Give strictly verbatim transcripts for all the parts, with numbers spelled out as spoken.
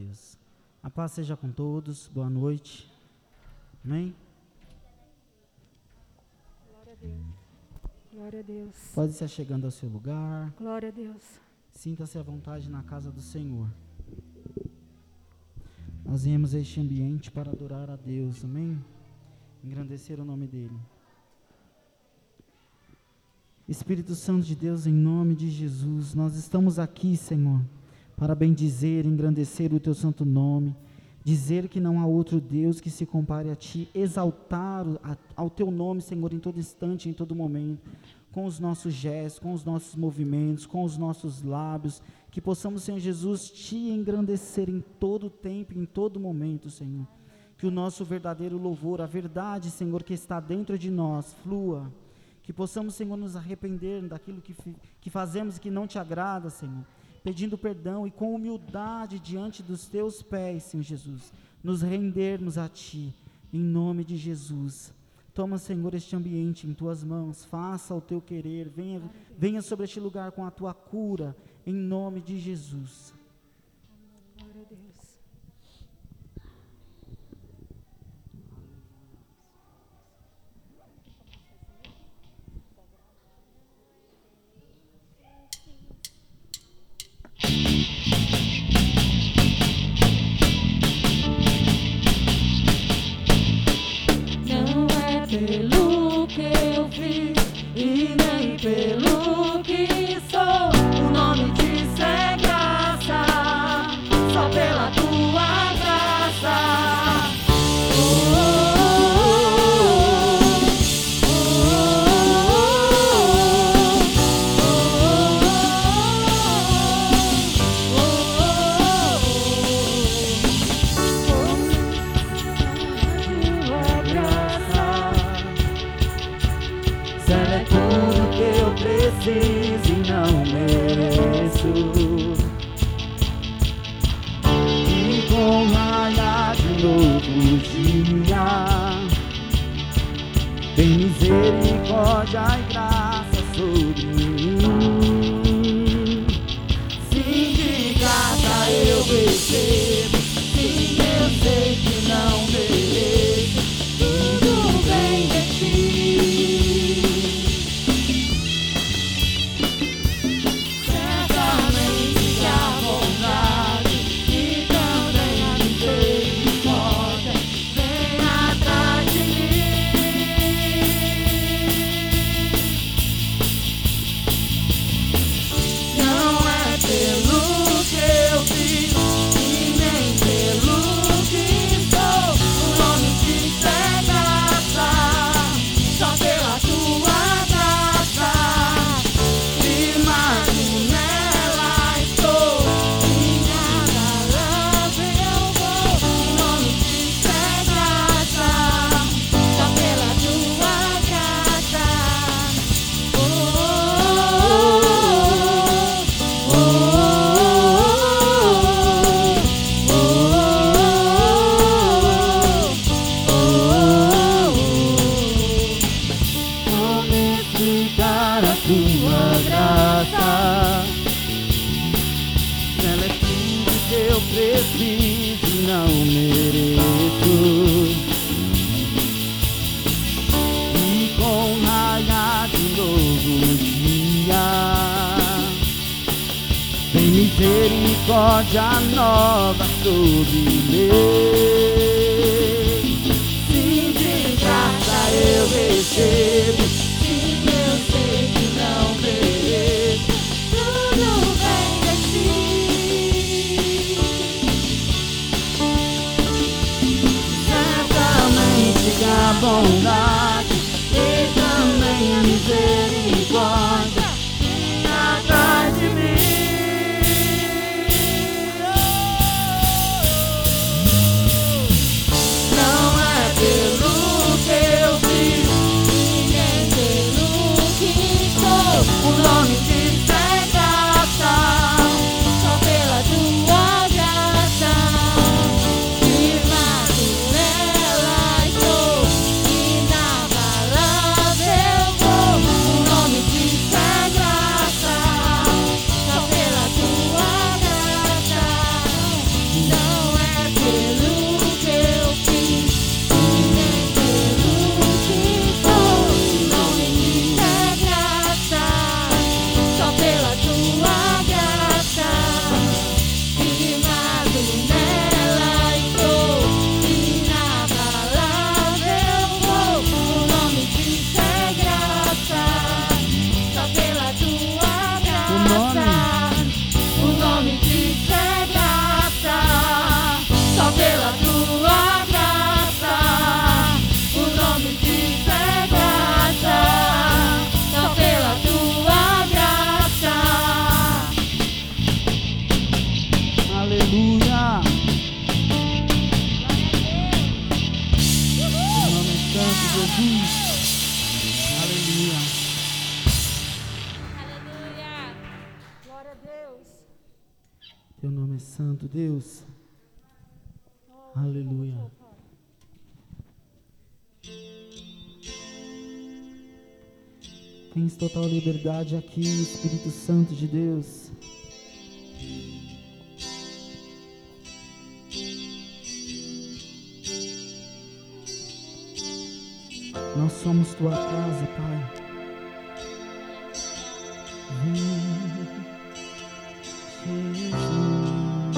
Deus. A paz seja com todos. Boa noite. Amém? Glória a Deus. Glória a Deus. Pode se chegando ao seu lugar. Glória a Deus. Sinta-se à vontade na casa do Senhor. Nós viemos a este ambiente para adorar a Deus. Amém? Engrandecer o nome dEle. Espírito Santo de Deus, em nome de Jesus, nós estamos aqui, Senhor, para bendizer, engrandecer o Teu santo nome, dizer que não há outro Deus que se compare a Ti, exaltar ao Teu nome, Senhor, em todo instante, em todo momento, com os nossos gestos, com os nossos movimentos, com os nossos lábios, que possamos, Senhor Jesus, Te engrandecer em todo tempo, em todo momento, Senhor. Que o nosso verdadeiro louvor, a verdade, Senhor, que está dentro de nós, flua. Que possamos, Senhor, nos arrepender daquilo que, que fazemos e que não Te agrada, Senhor. Pedindo perdão e com humildade diante dos Teus pés, Senhor Jesus. Nos rendermos a Ti, em nome de Jesus. Toma, Senhor, este ambiente em Tuas mãos. Faça o Teu querer. Venha, venha sobre este lugar com a Tua cura, em nome de Jesus. Glória a Deus. Pelo que eu fiz e nem pelo que sou, o nome disso é graça, só pela Tua graça. Oh, oh, preciso e não mereço, e com raiar de novo dia, tem misericórdia e graça sobre mim. Sim, de graça eu recebo, sim, eu sei que não mereço, tudo vem de Ti. Misericórdia nova sobre mim. Sim, de graça eu recebo, sim, eu sei que não mereço, tudo vem de Ti. Certamente a bondade e também a misericórdia atrás de mim. O nome disso é graça, só pela Tua graça. Firmado nela estou, e na Jesus. Aleluia. Aleluia. Glória a Deus. Teu nome é santo, Deus. Oh, Aleluia. oh, Pai. Tens total liberdade aqui, Espírito Santo de Deus. Nós somos tua casa, Pai. Vem, Jesus.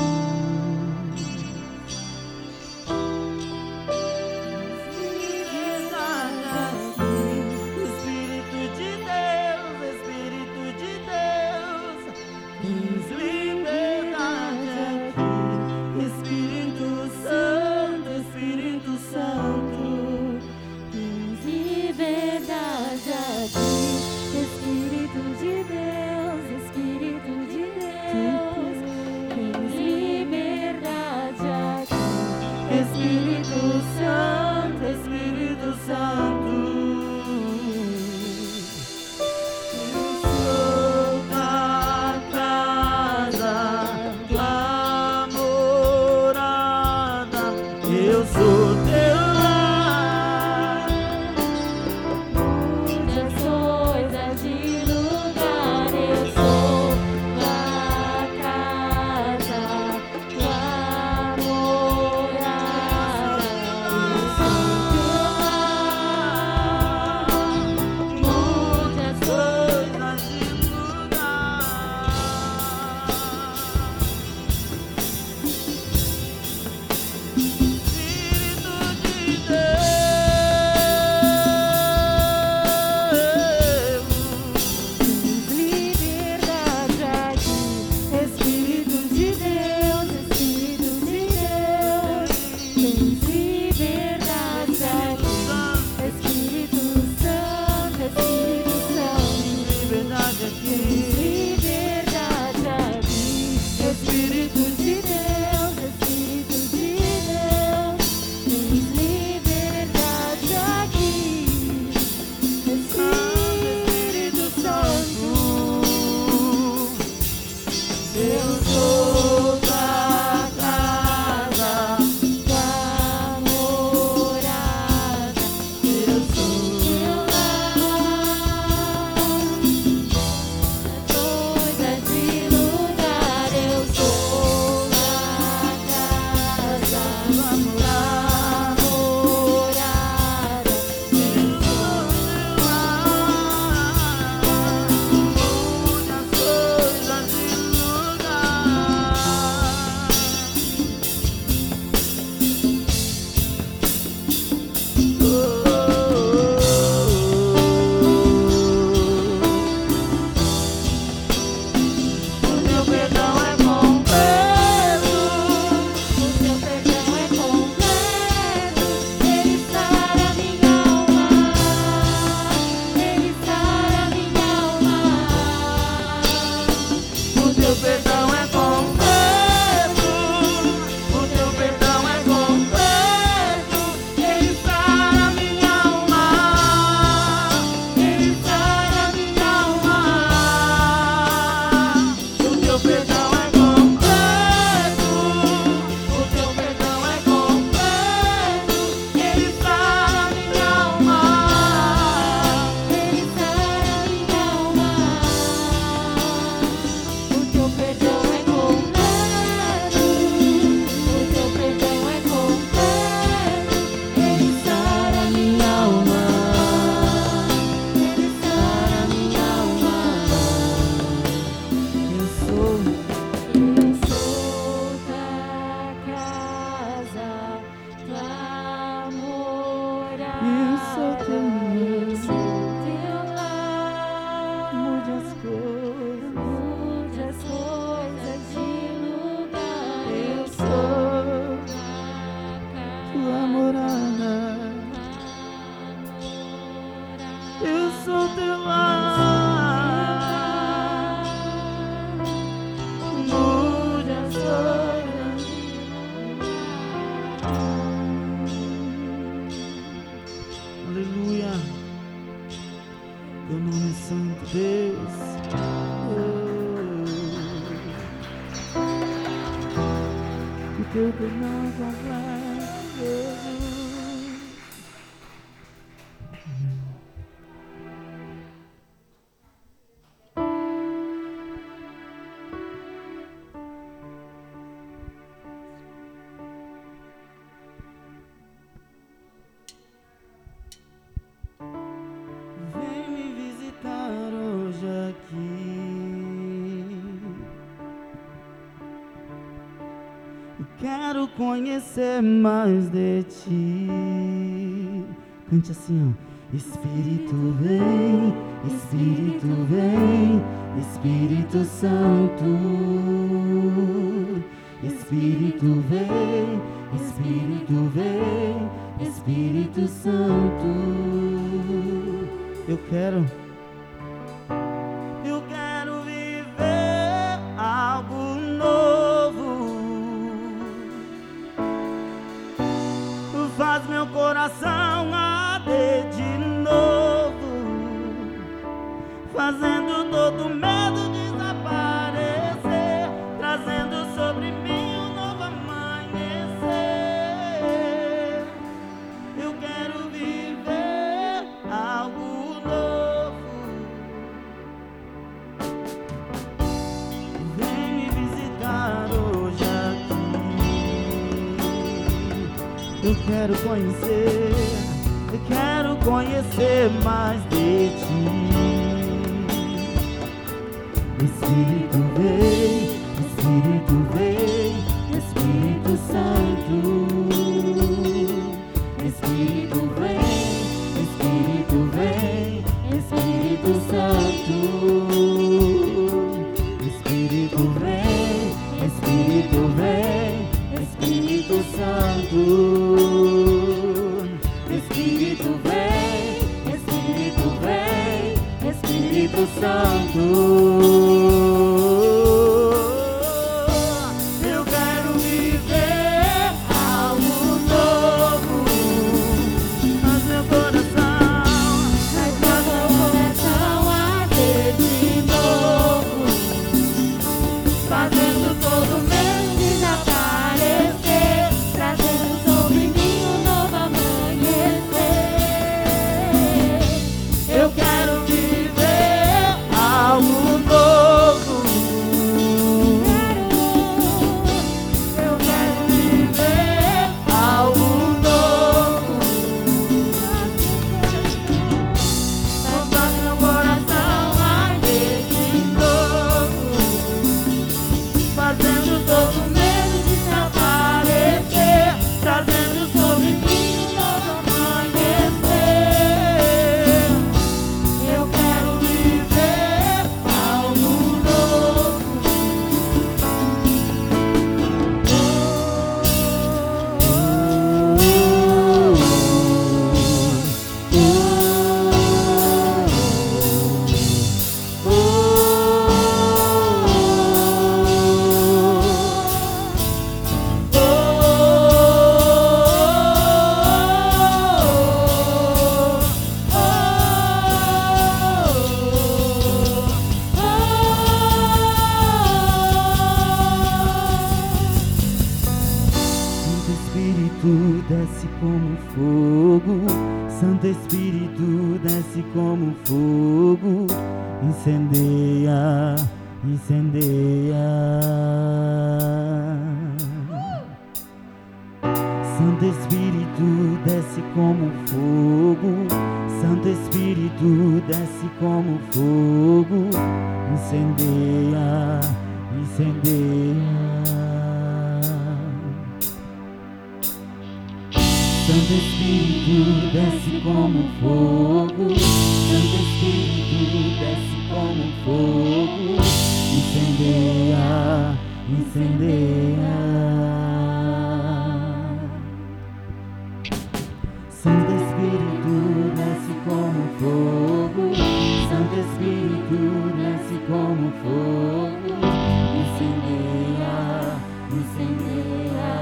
Espírito de Deus, Espírito de Deus, tens liberdade aqui. Espírito Santo, Espírito Santo, Tens liberdade aqui, Espírito de Deus, Espírito de Deus. Tens liberdade aqui, Espírito Santo, Espírito Santo. Eu sou tua casa, tua morada, eu sou teu lar. mude as coisas de lugar. Eu sou tua casa, tua morada. Eu sou teu lar. Mude as Coisas de lugar. Espírito de Deus, liberdade aqui, Espírito de Deus, Espírito de Deus. Tens liberdade aqui, Espírito Santo, Espírito Santo. liberdade Tens aqui. liberdade aqui, Espírito de Deus, Espírito de Deus. Tens liberdade aqui, Espírito Santo. Eu sou tua casa, Tua morada, eu sou teu lar. Coisa de lugar, eu sou a casa, tua morada, eu sou teu lar. mude as coisas de lugar. O teu perdão é completo. O teu perdão é completo, ele sara minha alma, ele sara minha alma. O teu perdão é completo, o teu perdão é completo, ele sara minha alma, ele sara minha alma. O teu perdão é completo, o teu perdão é completo, ele sara minha alma. Ele sara minha alma. O teu perdão é completo, o teu perdão é completo, ele sara minha alma, ele sara minha alma. Eu sou. Eu sou tua casa, tua morada. Eu sou teu Eu sou teu lar. Mude as coisas. Mude as coisas de lugar. Eu sou tua morada. Eu sou teu lar. Mude as coisas. Aleluia. completo, Jesus. Vem me visitar hoje aqui. Quero conhecer mais de ti. Cante assim, ó. Espírito vem, Espírito vem, Espírito Santo. Espírito vem, Espírito vem, Espírito Santo. Eu quero, eu quero viver algo novo. Faz meu coração arder de novo, fazendo todo medo desaparecer, trazendo sobre mim um novo amanhecer. Eu quero viver algo novo. Vem me visitar hoje aqui. Eu quero conhecer, eu quero conhecer mais de ti. Espírito vem, Espírito vem, Espírito Santo. Espírito vem, Espírito vem, Espírito Santo. Espírito vem, Espírito vem, Espírito Santo. Espírito vem, Espírito vem, Espírito Santo. Eu quero viver algo novo. Faz meu coração, Faz meu coração arder de novo, fazendo todo medo desaparecer, trazendo sobre mim um novo amanhecer. eu quero viver algo novo. Eu quero Viver algo novo. Então faz meu coração arder de novo, Fazendo todo medo desaparecer, trazendo sobre mim um novo amanhecer. eu quero Viver algo novo. Santo Espírito desce como fogo, Santo Espírito desce como fogo, incendeia, incendeia. Santo Espírito desce como fogo, Santo Espírito desce como fogo, incendeia, incendeia. Santo Espírito desce como fogo, Santo Espírito desce como fogo, incendeia, incendeia. Santo Espírito desce como fogo, Santo Espírito desce como fogo, incendeia, incendeia.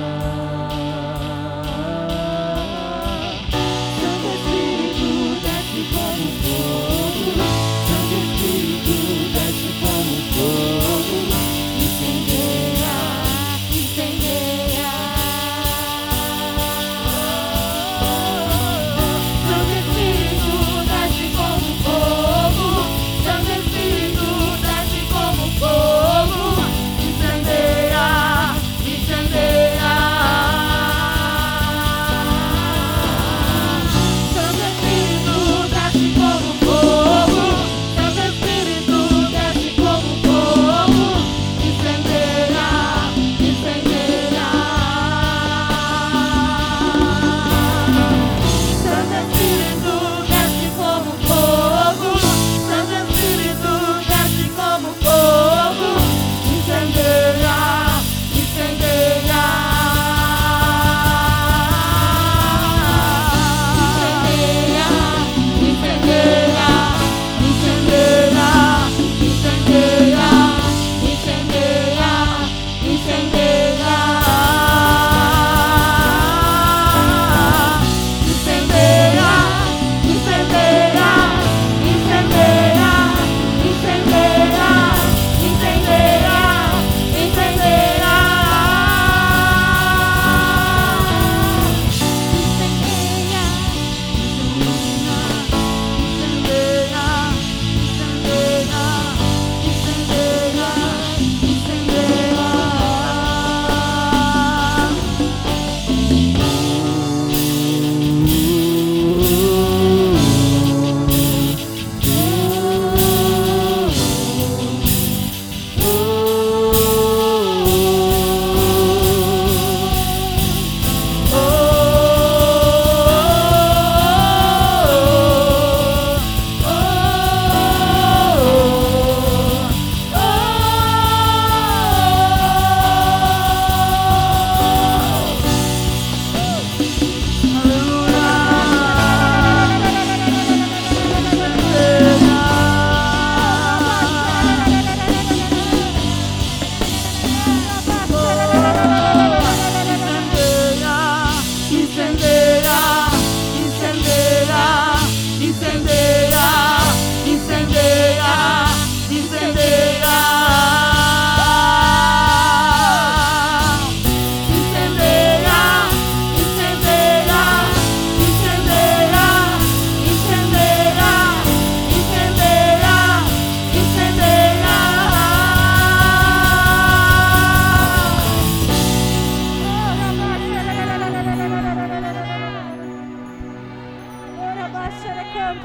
Santo Espírito desce como fogo, Santo Espírito desce como fogo, incendeia, incendeia.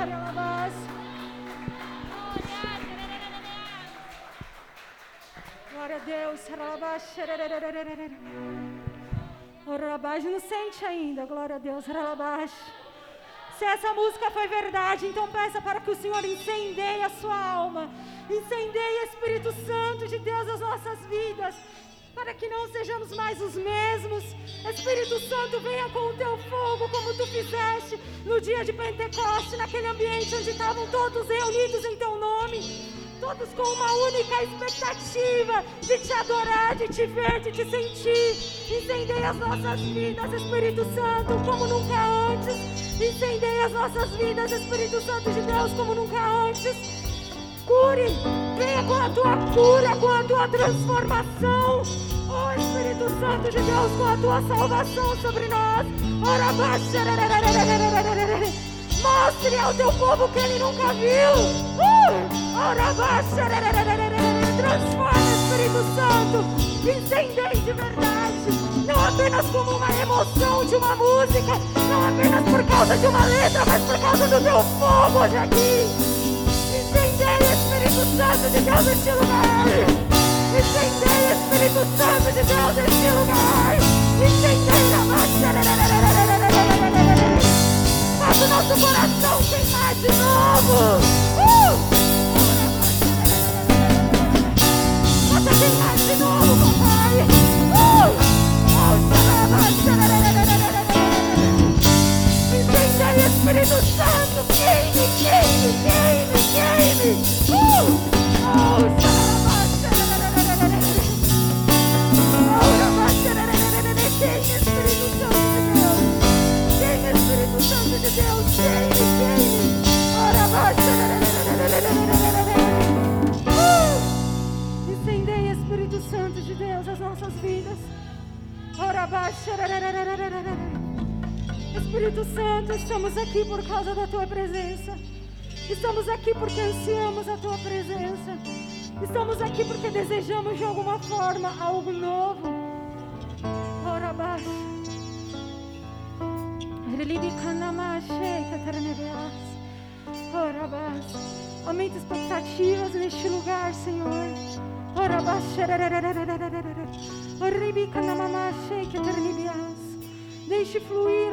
Glória a Deus. Orabás, não sente ainda, glória a Deus. Se essa música foi verdade, então peça para que o Senhor incendeie a sua alma, incendeie, Espírito Santo de Deus, as nossas vidas, para que não sejamos mais os mesmos. Espírito Santo, venha com o teu fogo, como tu fizeste no dia de Pentecoste, naquele ambiente onde estavam todos reunidos em teu nome, todos com uma única expectativa de te adorar, de te ver, de te sentir. Incendeia as nossas vidas, Espírito Santo, como nunca antes. Incendeia as nossas vidas, Espírito Santo de Deus, como nunca antes. Cure, venha com a tua cura, com a tua transformação. Oh, Espírito Santo de Deus, com a tua salvação sobre nós. Mostre ao teu povo que ele nunca viu. Uh! Transforma, Espírito Santo. Incendeie de verdade. Não apenas como uma emoção de uma música, não apenas por causa de uma letra, mas por causa do teu fogo hoje aqui. Incendeie, Espírito Santo de Deus, neste lugar. Incendeie, Espírito Santo de Deus, neste lugar. Incendeie a faz o nosso coração queimar de novo. Uh! Faça queimar de novo, papai. Uh! Incendeie, Espírito Santo. Queime, queime, queime, queime. Uh! Oh, queime, Espírito Santo de Deus. Queime, Espírito Santo de Deus. Queime, queime. Uh! Incendeie, Espírito Santo de Deus, as nossas vidas. Espírito Santo, estamos aqui por causa da tua presença. Estamos aqui porque ansiamos a tua presença. Estamos aqui porque desejamos de alguma forma algo novo. Ora abaixo. Ora abaixo. Aumenta expectativas neste lugar, Senhor. Ora abaixo. Deixe fluir.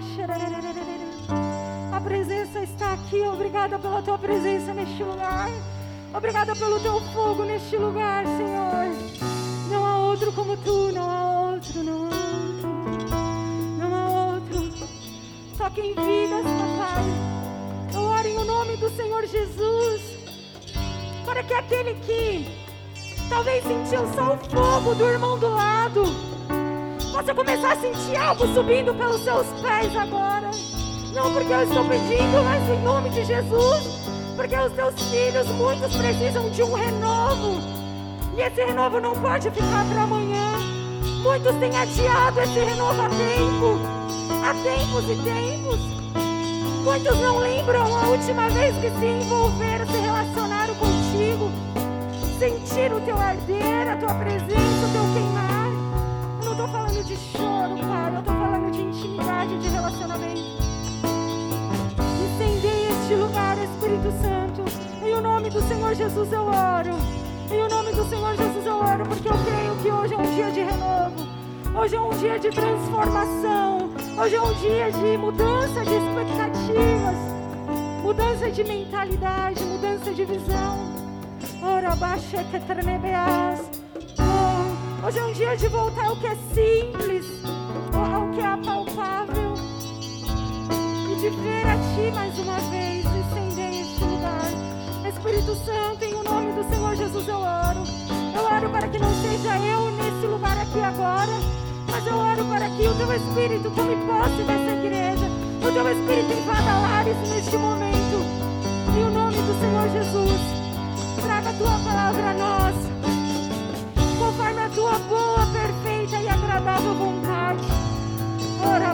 A presença está aqui. Obrigada pela tua presença neste lugar. Obrigada pelo teu fogo neste lugar, Senhor. Não há outro como tu, não há outro, não há outro, não há outro. Toque em vidas, papai. Eu oro em nome do Senhor Jesus, para que aquele que talvez sentiu só o fogo do irmão do lado possa começar a sentir algo subindo pelos seus pés agora. Não porque eu estou pedindo, mas em nome de Jesus, porque os teus filhos, muitos precisam de um renovo, e esse renovo não pode ficar para amanhã. Muitos têm adiado esse renovo há tempo, há tempos e tempos. Muitos não lembram a última vez que se envolveram, se relacionaram contigo, sentir o teu arder, a tua presença, o teu queimar. Eu não estou falando de choro, Pai, eu estou falando de intimidade, de relacionamento. Incendeie este lugar, Espírito Santo. Em o nome do Senhor Jesus eu oro. Em o nome do Senhor Jesus eu oro, porque eu creio que hoje é um dia de renovo. Hoje é um dia de transformação. Hoje é um dia de mudança de expectativas, mudança de mentalidade, mudança de visão. Ora, baixa que tremebeas. Oh, hoje é um dia de voltar ao que é simples, ao que é apalpável, e de ver a Ti mais uma vez. Incendeie este lugar, Espírito Santo. Em o nome do Senhor Jesus eu oro. Eu oro para que não seja eu nesse lugar aqui agora, mas eu oro para que o Teu Espírito tome posse dessa igreja, o Teu Espírito invada lares neste momento. Em o nome do Senhor Jesus, traga a Tua palavra a nós, conforme a Tua boa, perfeita e agradável vontade. Ora,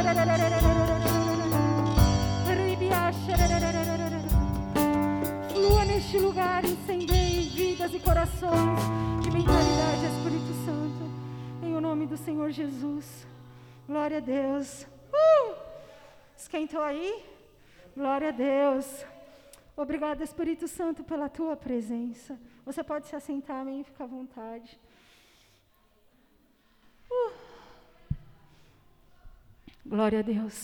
flua neste lugar, incendeie vidas e corações e mentalidade, Espírito Santo. Em o nome do Senhor Jesus. Glória a Deus. Uh! Esquentou aí? Glória a Deus. Obrigada, Espírito Santo, pela tua presença. Você pode se assentar, amém? Fica à vontade. Uh. Glória a Deus.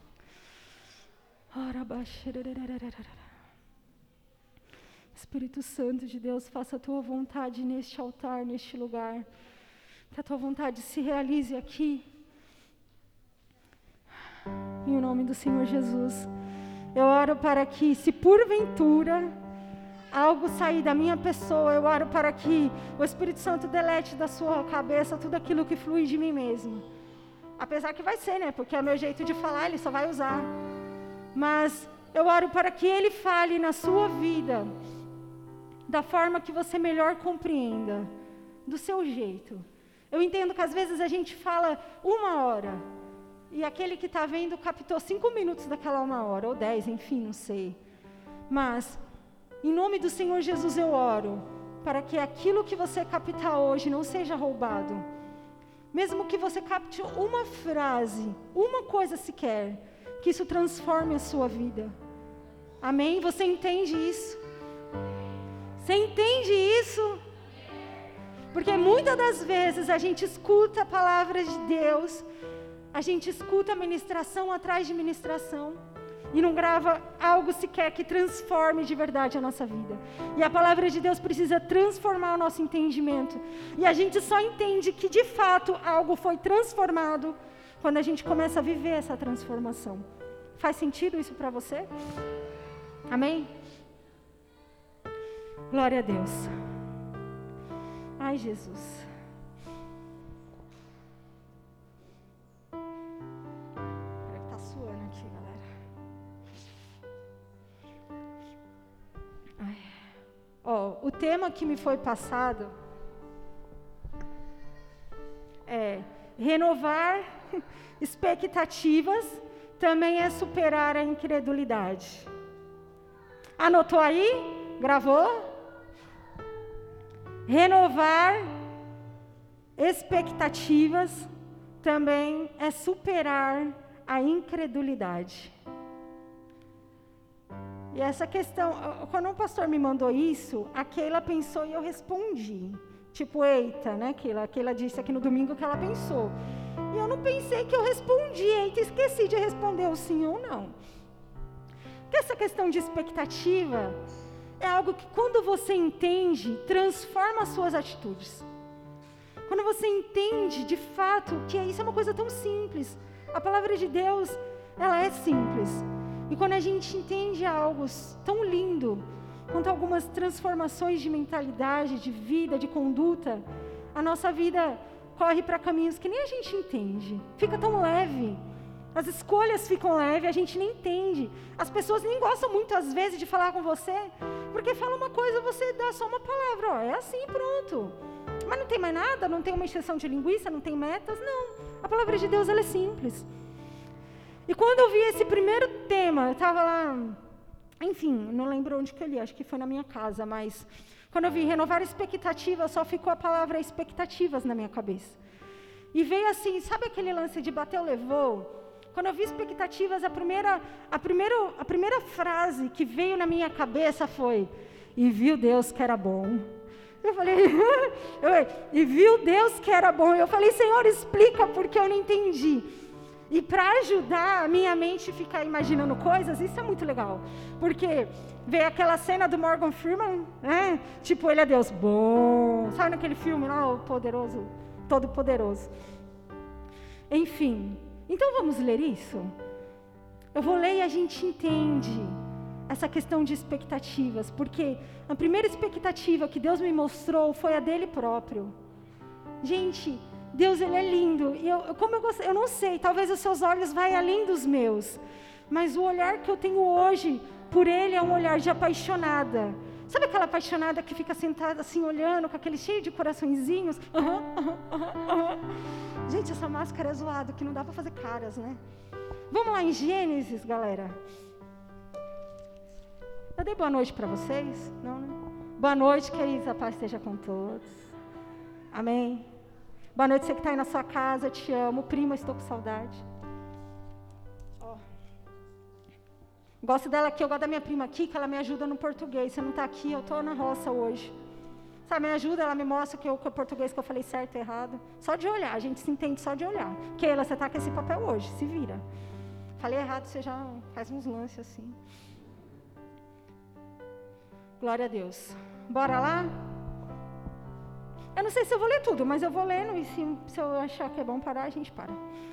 Espírito Santo de Deus, faça a tua vontade neste altar, neste lugar. Que a tua vontade se realize aqui. Em nome do Senhor Jesus. Eu oro para que, se porventura algo sair da minha pessoa, eu oro para que o Espírito Santo delete da sua cabeça tudo aquilo que flui de mim mesmo. Apesar que vai ser, né? Porque é o meu jeito de falar, ele só vai usar. Mas eu oro para que ele fale na sua vida da forma que você melhor compreenda, do seu jeito. Eu entendo que às vezes a gente fala uma hora, e aquele que está vendo captou cinco minutos daquela uma hora, ou dez, enfim, não sei. Mas, em nome do Senhor Jesus eu oro, para que aquilo que você captar hoje não seja roubado. Mesmo que você capte uma frase, uma coisa sequer, que isso transforme a sua vida. Amém? Você entende isso? Você entende isso? Porque muitas das vezes a gente escuta a palavra de Deus, a gente escuta ministração atrás de ministração e não grava algo sequer que transforme de verdade a nossa vida. E a palavra de Deus precisa transformar o nosso entendimento. E a gente só entende que de fato algo foi transformado quando a gente começa a viver essa transformação. Faz sentido isso para você? Amém? Glória a Deus. Ai, Jesus. Oh, o tema que me foi passado é renovar expectativas também é superar a incredulidade. Anotou aí? Gravou? Renovar expectativas também é superar a incredulidade. E essa questão, quando o pastor me mandou isso, a Keila pensou e eu respondi. Tipo, eita, né, Keila? A Keila disse aqui no domingo que ela pensou. E eu não pensei que eu respondi, eita, esqueci de responder o sim ou não. Porque essa questão de expectativa é algo que quando você entende, transforma as suas atitudes. Quando você entende, de fato, que isso é uma coisa tão simples. A palavra de Deus, ela é simples. E quando a gente entende algo tão lindo, quanto algumas transformações de mentalidade, de vida, de conduta, a nossa vida corre para caminhos que nem a gente entende. Fica tão leve. As escolhas ficam leves, a gente nem entende. As pessoas nem gostam muito, às vezes, de falar com você, porque fala uma coisa, você dá só uma palavra, ó, é assim, pronto. Mas não tem mais nada, não tem uma extensão de linguiça, não tem metas, não. A palavra de Deus, ela é simples. E quando eu vi esse primeiro tema, eu estava lá, enfim, não lembro onde que eu li, acho que foi na minha casa, mas quando eu vi renovar expectativas, só ficou a palavra expectativas na minha cabeça. E veio assim, sabe aquele lance de bateu, levou? Quando eu vi expectativas, a primeira, a, primeiro, a primeira frase que veio na minha cabeça foi, e viu Deus que era bom. Eu falei, eu, e viu Deus que era bom. Eu falei, Senhor, explica porque eu não entendi. E para ajudar a minha mente a ficar imaginando coisas, isso é muito legal. Porque veio aquela cena do Morgan Freeman, né? Tipo, ele é Deus bom. Sabe naquele filme lá, o Poderoso, Todo-Poderoso. Enfim, então vamos ler isso? Eu vou ler e a gente entende essa questão de expectativas. Porque a primeira expectativa que Deus me mostrou foi a dele próprio. Gente, Deus, ele é lindo, e eu, como eu, gost... eu não sei, talvez os seus olhos vão além dos meus, mas o olhar que eu tenho hoje por ele é um olhar de apaixonada. Sabe aquela apaixonada que fica sentada assim, olhando, com aquele cheio de coraçõezinhos? Uhum, uhum, uhum, uhum. Gente, essa máscara é zoada, que não dá para fazer caras, né? Vamos lá em Gênesis, galera. Eu dei boa noite para vocês? Não, né? Boa noite, queridos, a paz esteja com todos. Amém. Boa noite, você que está aí na sua casa, eu te amo. Prima, estou com saudade. Oh. Gosto dela aqui, eu gosto da minha prima aqui, que ela me ajuda no português. Você não está aqui, eu estou na roça hoje. Sabe, me ajuda, ela me mostra que, eu, que o português que eu falei certo e errado. Só de olhar, a gente se entende só de olhar. Keila, você está com esse papel hoje, se vira. Falei errado, você já faz uns lances assim. Glória a Deus. Bora lá? Eu não sei se eu vou ler tudo, mas eu vou lendo e se, se eu achar que é bom parar, a gente para.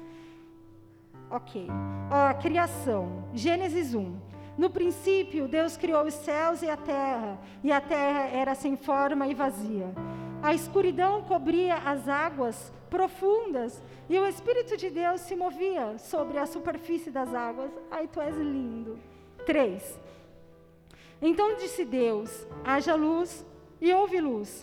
Ok. Ó, criação. Gênesis um. No princípio, Deus criou os céus e a terra, e a terra era sem forma e vazia. A escuridão cobria as águas profundas, e o Espírito de Deus se movia sobre a superfície das águas. Ai, tu és lindo. três. Então disse Deus, haja luz, e houve luz.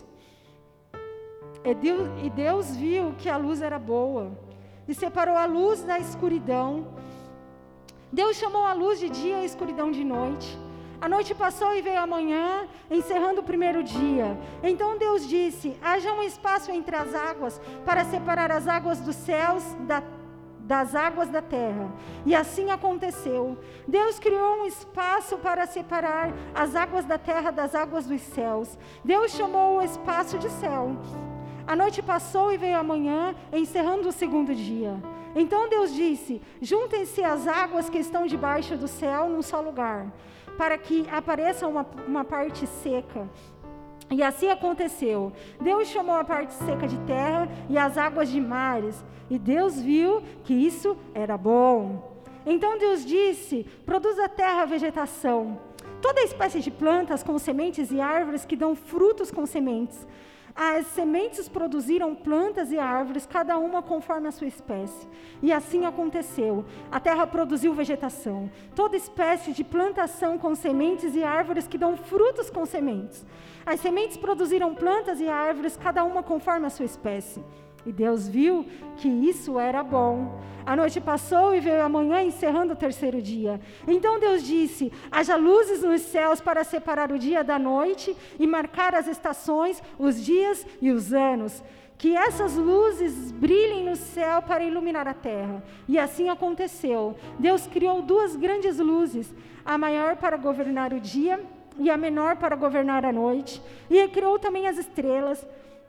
E Deus, e Deus viu que a luz era boa, e separou a luz da escuridão. Deus chamou a luz de dia e a escuridão de noite. A noite passou e veio a manhã, encerrando o primeiro dia. Então Deus disse, haja um espaço entre as águas, para separar as águas dos céus da, das águas da terra. E assim aconteceu. Deus criou um espaço para separar as águas da terra das águas dos céus. Deus chamou o espaço de céu. A noite passou e veio a manhã, encerrando o segundo dia. Então Deus disse, juntem-se as águas que estão debaixo do céu num só lugar, para que apareça uma, uma parte seca. E assim aconteceu. Deus chamou a parte seca de terra e as águas de mares, e Deus viu que isso era bom. Então Deus disse, produz a terra vegetação, toda espécie de plantas com sementes e árvores que dão frutos com sementes. As sementes produziram plantas e árvores, cada uma conforme a sua espécie. E assim aconteceu. A terra produziu vegetação, toda espécie de plantação com sementes e árvores que dão frutos com sementes. As sementes produziram plantas e árvores, cada uma conforme a sua espécie. E Deus viu que isso era bom. A noite passou e veio a manhã, encerrando o terceiro dia. Então Deus disse, haja luzes nos céus para separar o dia da noite e marcar as estações, os dias e os anos. Que essas luzes brilhem no céu para iluminar a terra. E assim aconteceu. Deus criou duas grandes luzes, a maior para governar o dia e a menor para governar a noite. E criou também as estrelas.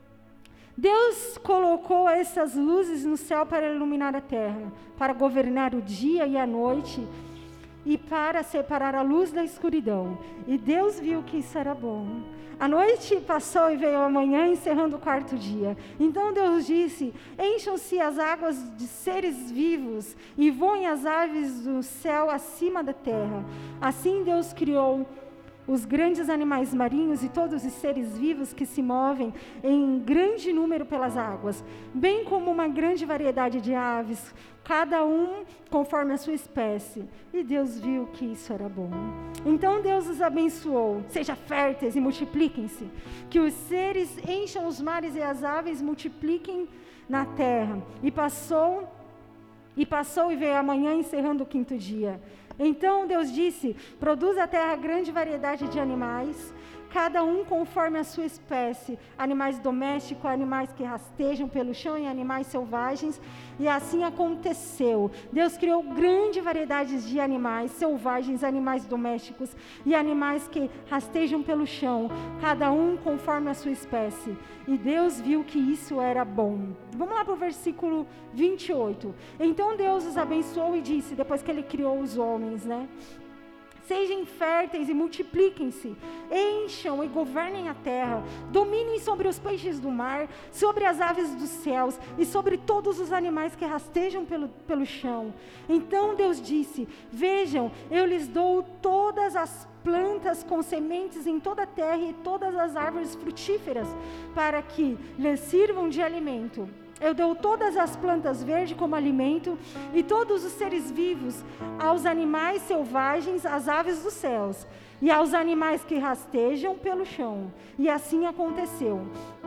Deus colocou essas luzes no céu para iluminar a terra, para governar o dia e a noite, e para separar a luz da escuridão. E Deus viu que isso era bom. A noite passou e veio a manhã, encerrando o quarto dia. Então Deus disse, encham-se as águas de seres vivos, e voem as aves do céu acima da terra. Assim Deus criou os grandes animais marinhos e todos os seres vivos que se movem em grande número pelas águas, bem como uma grande variedade de aves, cada um conforme a sua espécie. E Deus viu que isso era bom. Então Deus os abençoou, sejam férteis e multipliquem-se, que os seres encham os mares e as aves multipliquem na terra. E passou, e passou e veio a manhã, encerrando o quinto dia. Então Deus disse, produz a terra grande variedade de animais, cada um conforme a sua espécie, animais domésticos, animais que rastejam pelo chão e animais selvagens. E assim aconteceu. Deus criou grande variedade de animais selvagens, animais domésticos e animais que rastejam pelo chão, cada um conforme a sua espécie. E Deus viu que isso era bom. Vamos lá para o versículo vinte e oito. Então Deus os abençoou e disse, depois que Ele criou os homens, né? Sejam férteis e multipliquem-se, encham e governem a terra, dominem sobre os peixes do mar, sobre as aves dos céus e sobre todos os animais que rastejam pelo, pelo chão. Então Deus disse, vejam, eu lhes dou todas as plantas com sementes em toda a terra e todas as árvores frutíferas, para que lhes sirvam de alimento. Eu dou todas as plantas verdes como alimento, e todos os seres vivos, aos animais selvagens, às aves dos céus, e aos animais que rastejam pelo chão. E assim aconteceu.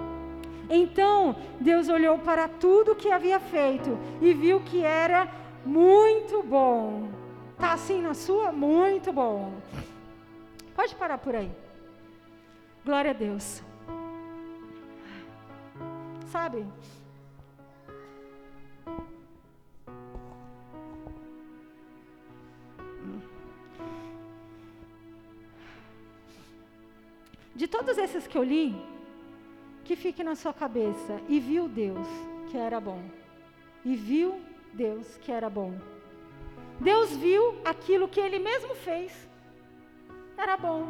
Então Deus olhou para tudo que havia feito, e viu que era muito bom. Está assim na sua? Muito bom. Pode parar por aí. Glória a Deus. Sabe? De todos esses que eu li, que fique na sua cabeça, e viu Deus que era bom. E viu Deus que era bom. Deus viu aquilo que Ele mesmo fez. Era bom.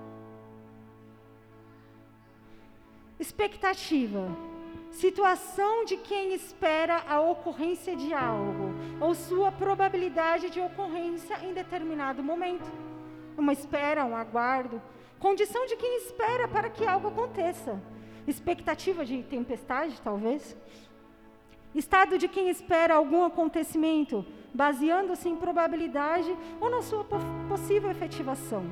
Expectativa. Situação de quem espera a ocorrência de algo, ou sua probabilidade de ocorrência em determinado momento. Uma espera, um aguardo. Condição de quem espera para que algo aconteça. Expectativa de tempestade, talvez. Estado de quem espera algum acontecimento, baseando-se em probabilidade ou na sua po- possível efetivação.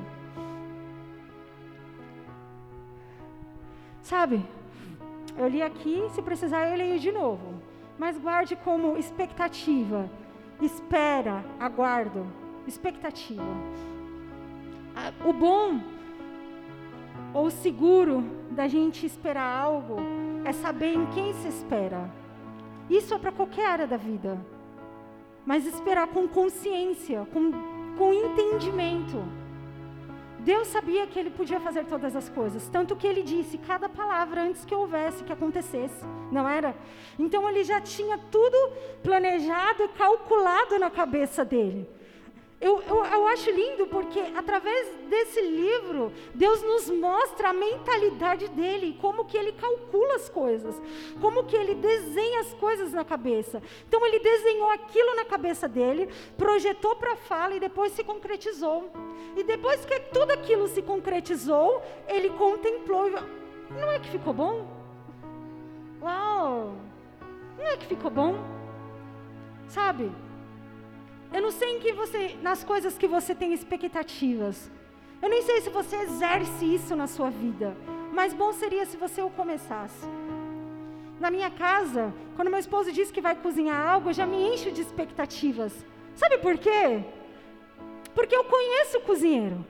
Sabe, eu li aqui, se precisar eu leio de novo. Mas guarde como expectativa, espera, aguardo, expectativa. O bom ou seguro da gente esperar algo é saber em quem se espera. Isso é para qualquer área da vida. Mas esperar com consciência, com, com entendimento. Deus sabia que Ele podia fazer todas as coisas, tanto que Ele disse cada palavra antes que houvesse, que acontecesse, não era? Então Ele já tinha tudo planejado e calculado na cabeça dele. Eu, eu, eu acho lindo porque através desse livro, Deus nos mostra a mentalidade dele, como que Ele calcula as coisas, como que Ele desenha as coisas na cabeça. Então Ele desenhou aquilo na cabeça dele, projetou para a fala e depois se concretizou. E depois que tudo aquilo se concretizou, Ele contemplou. Não é que ficou bom? Uau! Não é que ficou bom? Sabe? Eu não sei em que você, nas coisas que você tem expectativas. Eu nem sei se você exerce isso na sua vida. Mas bom seria se você o começasse. Na minha casa, quando meu esposo diz que vai cozinhar algo, eu já me encho de expectativas. Sabe por quê? Porque eu conheço o cozinheiro.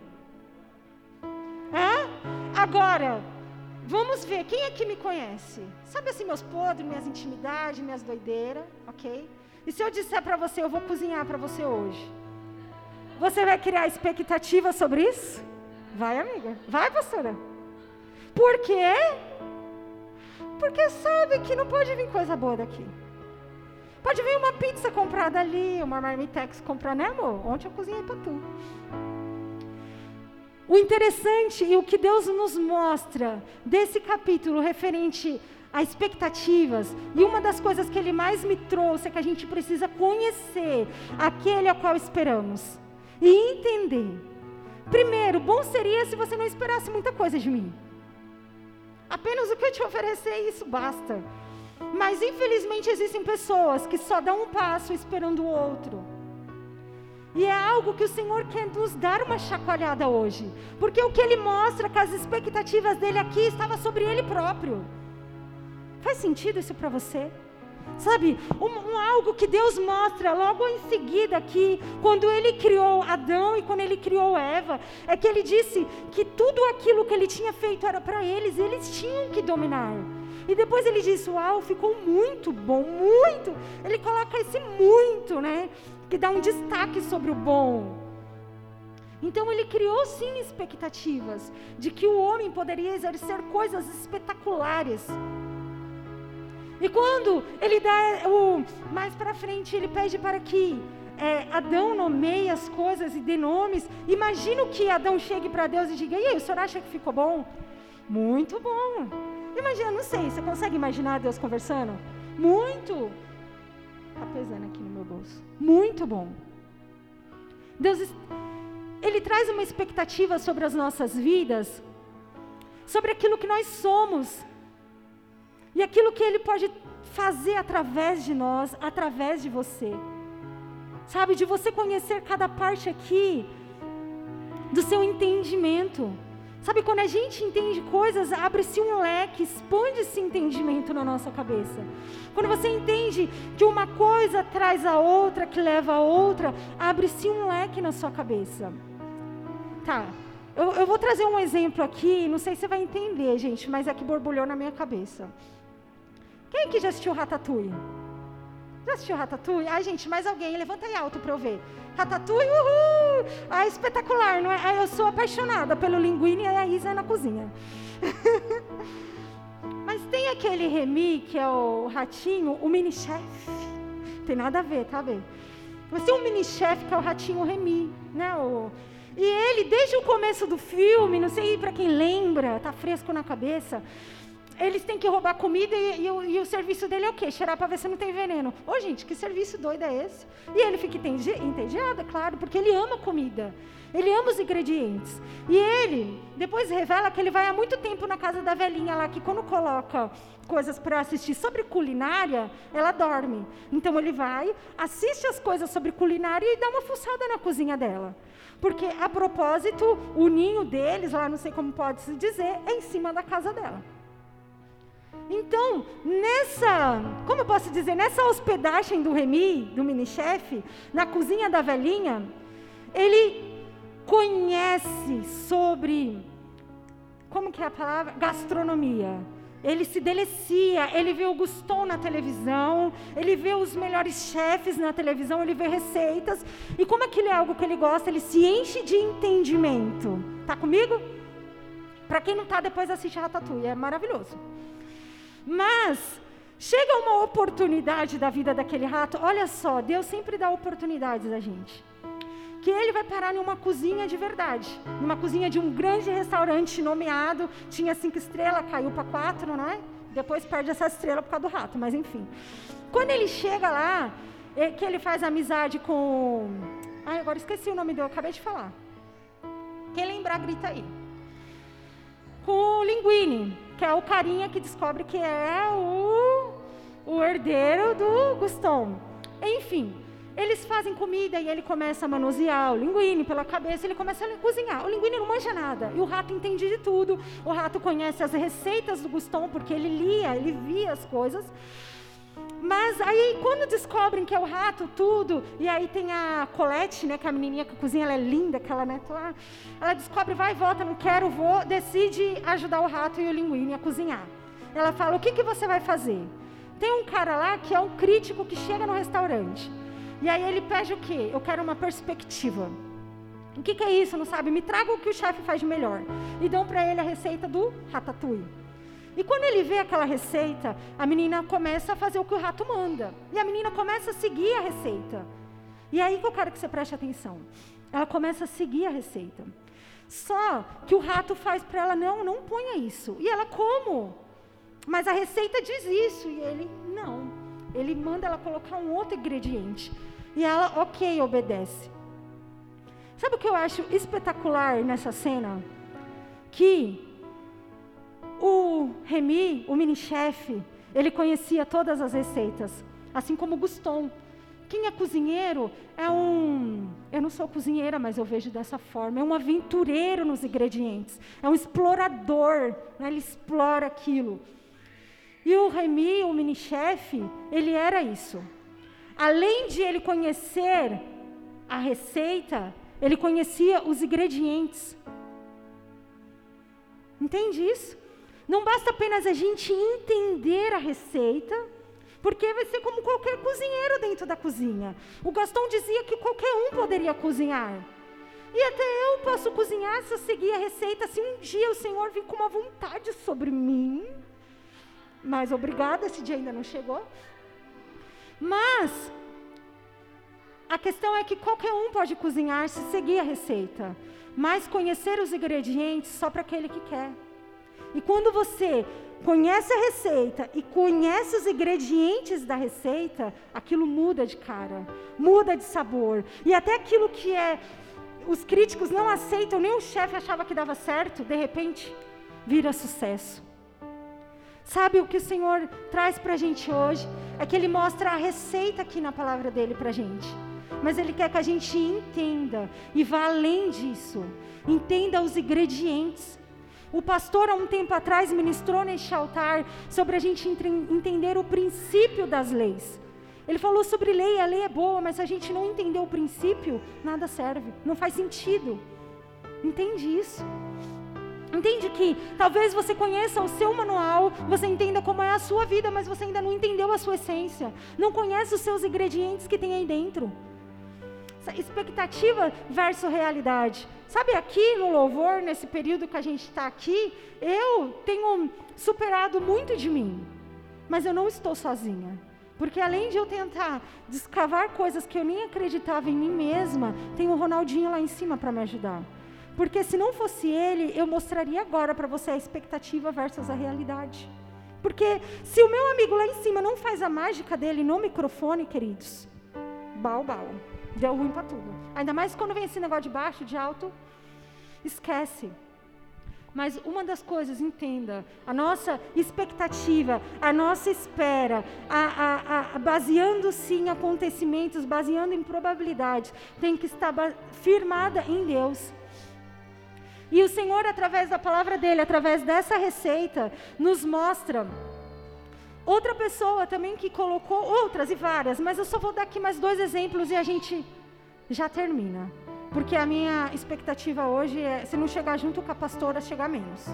É? Agora, vamos ver, quem aqui me conhece? Sabe assim, meus podres, minhas intimidades, minhas doideiras, ok? E se eu disser para você, eu vou cozinhar para você hoje, você vai criar expectativa sobre isso? Vai, amiga. Vai, pastora. Por quê? Porque sabe que não pode vir coisa boa daqui. Pode vir uma pizza comprada ali, uma marmitex comprada, né, amor? Ontem eu cozinhei para tu. O interessante e o que Deus nos mostra desse capítulo referente a expectativas, e uma das coisas que Ele mais me trouxe é que a gente precisa conhecer aquele ao qual esperamos e entender. Primeiro, bom seria se você não esperasse muita coisa de mim. Apenas o que eu te oferecer, isso basta. Mas infelizmente existem pessoas que só dão um passo esperando o outro. E é algo que o Senhor quer nos dar uma chacoalhada hoje, porque o que Ele mostra, que as expectativas dele aqui estavam sobre Ele próprio. Faz sentido isso para você? Sabe, um, um algo que Deus mostra logo em seguida aqui, quando Ele criou Adão e quando Ele criou Eva, é que Ele disse que tudo aquilo que Ele tinha feito era para eles, eles tinham que dominar. E depois Ele disse, uau, ficou muito bom, muito. Ele coloca esse muito, né, que dá um destaque sobre o bom. Então Ele criou sim expectativas de que o homem poderia exercer coisas espetaculares. E quando Ele dá o mais para frente, Ele pede para que é, Adão nomeie as coisas e dê nomes. Imagina que Adão chegue para Deus e diga, e aí, o senhor acha que ficou bom? Muito bom. Imagina, não sei, você consegue imaginar Deus conversando? Muito. Está pesando aqui no meu bolso. Muito bom. Deus, Ele traz uma expectativa sobre as nossas vidas, sobre aquilo que nós somos. E aquilo que Ele pode fazer através de nós, através de você. Sabe, de você conhecer cada parte aqui do seu entendimento. Sabe, quando a gente entende coisas, abre-se um leque, expande-se entendimento na nossa cabeça. Quando você entende que uma coisa traz a outra, que leva a outra, abre-se um leque na sua cabeça. Tá, eu, eu vou trazer um exemplo aqui, não sei se você vai entender, gente, mas é que borbulhou na minha cabeça. Quem aqui já assistiu Ratatouille? Já assistiu Ratatouille? Ai, gente, mais alguém, levanta aí alto pra eu ver. Ratatouille, uhul! Ai, espetacular, não é? Ai, eu sou apaixonada pelo Linguini e a Isa na cozinha. Mas tem aquele Remy, que é o ratinho, o mini-chefe. Tem nada a ver, tá bem? Mas tem um mini-chefe que é o ratinho Remy, né? O... E ele, desde o começo do filme, não sei para quem lembra, tá fresco na cabeça, eles têm que roubar comida e, e, o, e o serviço dele é o quê? Cheirar para ver se não tem veneno. Ô, gente, que serviço doido é esse? E ele fica entediado, é claro, porque ele ama comida. Ele ama os ingredientes. E ele, depois revela que ele vai há muito tempo na casa da velhinha lá, que quando coloca coisas para assistir sobre culinária, ela dorme. Então ele vai, assiste as coisas sobre culinária e dá uma fuçada na cozinha dela. Porque, a propósito, o ninho deles, lá não sei como pode se dizer, é em cima da casa dela. Então, nessa, como eu posso dizer, nessa hospedagem do Remy, do mini-chefe, na cozinha da velhinha, ele conhece sobre, como que é a palavra? Gastronomia. Ele se delicia, ele vê o Gusteau na televisão, ele vê os melhores chefes na televisão, ele vê receitas, e como aquilo é algo que ele gosta, ele se enche de entendimento. Tá comigo? Para quem não tá, depois assiste Ratatouille, é maravilhoso. Mas chega uma oportunidade da vida daquele rato, olha só, Deus sempre dá oportunidades a gente. Que ele vai parar em uma cozinha de verdade, numa cozinha de um grande restaurante nomeado, tinha cinco estrelas, caiu para quatro, né? Depois perde essa estrela por causa do rato, mas enfim. Quando ele chega lá, é que ele faz amizade com... Ai, agora esqueci o nome dele, eu acabei de falar. Quem lembrar, grita aí. Com o Linguini, que é o carinha que descobre que é o, o herdeiro do Gusteau. Enfim, eles fazem comida e ele começa a manusear o Linguini pela cabeça, ele começa a cozinhar. O Linguini não manja nada, e o rato entende de tudo. O rato conhece as receitas do Gusteau, porque ele lia, ele via as coisas. Mas aí, quando descobrem que é o rato, tudo, e aí tem a Colette, né, que é a menininha que cozinha, ela é linda, aquela neta lá, ela descobre, vai e volta, não quero, vou, decide ajudar o rato e o Linguini a cozinhar. Ela fala, o que, que você vai fazer? Tem um cara lá que é um crítico que chega no restaurante, e aí ele pede o quê? Eu quero uma perspectiva. O que, que é isso, não sabe? Me traga o que o chefe faz de melhor. E dão para ele a receita do Ratatouille. E quando ele vê aquela receita, a menina começa a fazer o que o rato manda. E a menina começa a seguir a receita. E aí que eu quero que você preste atenção. Ela começa a seguir a receita. Só que o rato faz para ela, não, não ponha isso. E ela, como? Mas a receita diz isso. E ele, não. Ele manda ela colocar um outro ingrediente. E ela, ok, obedece. Sabe o que eu acho espetacular nessa cena? Que o Remy, o mini-chefe, ele conhecia todas as receitas, assim como o Gusteau. Quem é cozinheiro é um... Eu não sou cozinheira, mas eu vejo dessa forma. É um aventureiro nos ingredientes. É um explorador, né? Ele explora aquilo. E o Remy, o mini-chefe, ele era isso. Além de ele conhecer a receita, ele conhecia os ingredientes. Entende isso? Não basta apenas a gente entender a receita, porque vai ser como qualquer cozinheiro dentro da cozinha. O Gaston dizia que qualquer um poderia cozinhar. E até eu posso cozinhar se eu seguir a receita, se um dia o Senhor vir com uma vontade sobre mim. Mas obrigada, esse dia ainda não chegou. Mas a questão é que qualquer um pode cozinhar se seguir a receita. Mas conhecer os ingredientes só para aquele que quer. E quando você conhece a receita e conhece os ingredientes da receita, aquilo muda de cara, muda de sabor. E até aquilo que é, os críticos não aceitam, nem o chefe achava que dava certo, de repente, vira sucesso. Sabe o que o Senhor traz para a gente hoje? É que Ele mostra a receita aqui na palavra dEle para a gente. Mas Ele quer que a gente entenda e vá além disso. Entenda os ingredientes. O pastor, há um tempo atrás, ministrou neste altar sobre a gente entender o princípio das leis. Ele falou sobre lei, a lei é boa, mas se a gente não entender o princípio, nada serve, não faz sentido. Entende isso? Entende que talvez você conheça o seu manual, você entenda como é a sua vida, mas você ainda não entendeu a sua essência, não conhece os seus ingredientes que tem aí dentro. Expectativa versus realidade. Sabe, aqui no louvor, nesse período que a gente está aqui, eu tenho superado muito de mim, mas eu não estou sozinha. Porque além de eu tentar descavar coisas que eu nem acreditava em mim mesma, tem o Ronaldinho lá em cima para me ajudar. Porque se não fosse ele, eu mostraria agora para você a expectativa versus a realidade. Porque se o meu amigo lá em cima não faz a mágica dele no microfone, queridos, bau, bau, deu ruim para tudo. Ainda mais quando vem esse negócio de baixo, de alto, esquece. Mas uma das coisas, entenda, a nossa expectativa, a nossa espera, a, a, a, baseando-se em acontecimentos, baseando em probabilidades, tem que estar firmada em Deus. E o Senhor, através da palavra dele, através dessa receita, nos mostra outra pessoa também que colocou, outras e várias, mas eu só vou dar aqui mais dois exemplos e a gente já termina. Porque a minha expectativa hoje é, se não chegar junto com a pastora, chegar menos.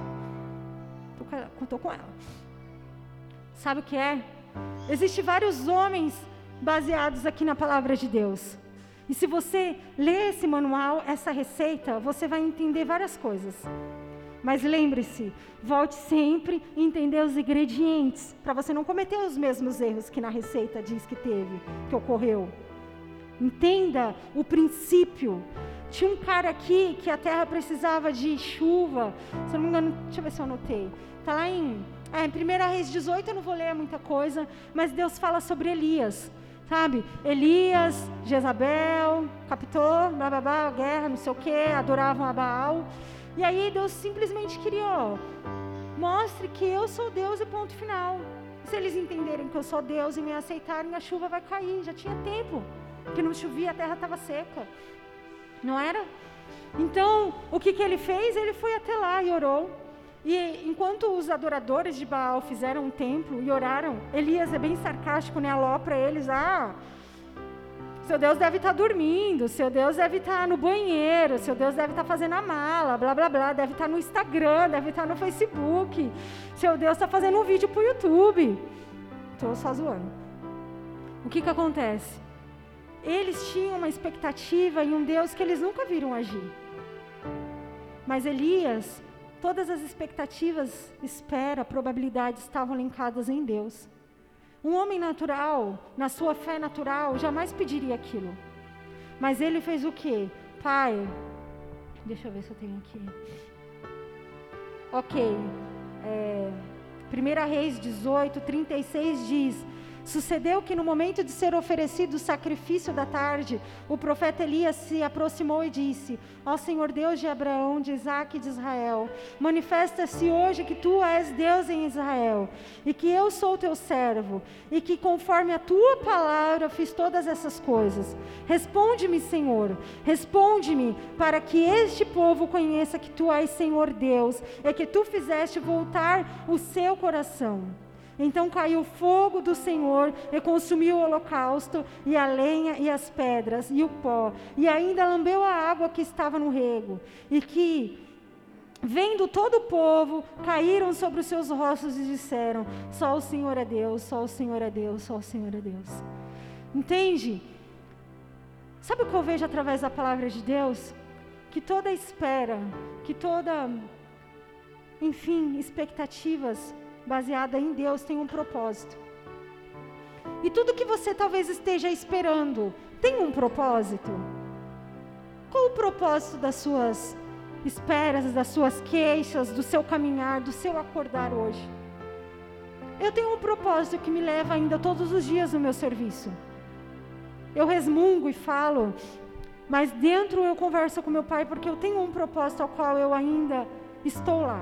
Estou com ela. Sabe o que é? Existem vários homens baseados aqui na palavra de Deus. E se você ler esse manual, essa receita, você vai entender várias coisas. Mas lembre-se, volte sempre a entender os ingredientes, para você não cometer os mesmos erros que na receita diz que teve, que ocorreu. Entenda o princípio. Tinha um cara aqui que a terra precisava de chuva. Se eu não me engano, deixa eu ver se eu anotei. Está lá em, é, em primeira Reis dezoito, eu não vou ler muita coisa, mas Deus fala sobre Elias. Sabe? Elias, Jezabel, captou, blá blá blá, guerra, não sei o que, adoravam a Baal. E aí Deus simplesmente queria, ó, mostre que eu sou Deus e ponto final. Se eles entenderem que eu sou Deus e me aceitarem, a chuva vai cair. Já tinha tempo que não chovia, a terra estava seca. Não era? Então, o que, que ele fez? Ele foi até lá e orou. E enquanto os adoradores de Baal fizeram um templo e oraram, Elias é bem sarcástico, né? Alopra eles, ah, seu Deus deve estar dormindo, seu Deus deve estar no banheiro, seu Deus deve estar fazendo a mala, blá blá blá, deve estar no Instagram, deve estar no Facebook, seu Deus está fazendo um vídeo para o YouTube. Estou só zoando. O que que acontece? Eles tinham uma expectativa em um Deus que eles nunca viram agir. Mas Elias, todas as expectativas, espera, probabilidades estavam linkadas em Deus. Um homem natural, na sua fé natural, jamais pediria aquilo. Mas ele fez o quê? Pai, deixa eu ver se eu tenho aqui. Ok, é, primeira Reis dezoito, trinta e seis diz: sucedeu que no momento de ser oferecido o sacrifício da tarde, o profeta Elias se aproximou e disse: ó Senhor Deus de Abraão, de Isaque e de Israel, manifesta-se hoje que tu és Deus em Israel, e que eu sou teu servo, e que conforme a tua palavra fiz todas essas coisas. Responde-me, Senhor, responde-me, para que este povo conheça que tu és Senhor Deus, e que tu fizeste voltar o seu coração. Então caiu o fogo do Senhor e consumiu o holocausto, e a lenha, e as pedras, e o pó, e ainda lambeu a água que estava no rego, e que, vendo todo o povo, caíram sobre os seus rostos e disseram: só o Senhor é Deus, só o Senhor é Deus, só o Senhor é Deus. Entende? Sabe o que eu vejo através da palavra de Deus? Que toda espera, que toda, enfim, expectativas baseada em Deus tem um propósito. E tudo que você talvez esteja esperando tem um propósito. Qual o propósito das suas esperas, das suas queixas, do seu caminhar, do seu acordar hoje? Eu tenho um propósito que me leva ainda todos os dias no meu serviço. Eu resmungo e falo, mas dentro eu converso com meu pai, porque eu tenho um propósito ao qual eu ainda estou lá.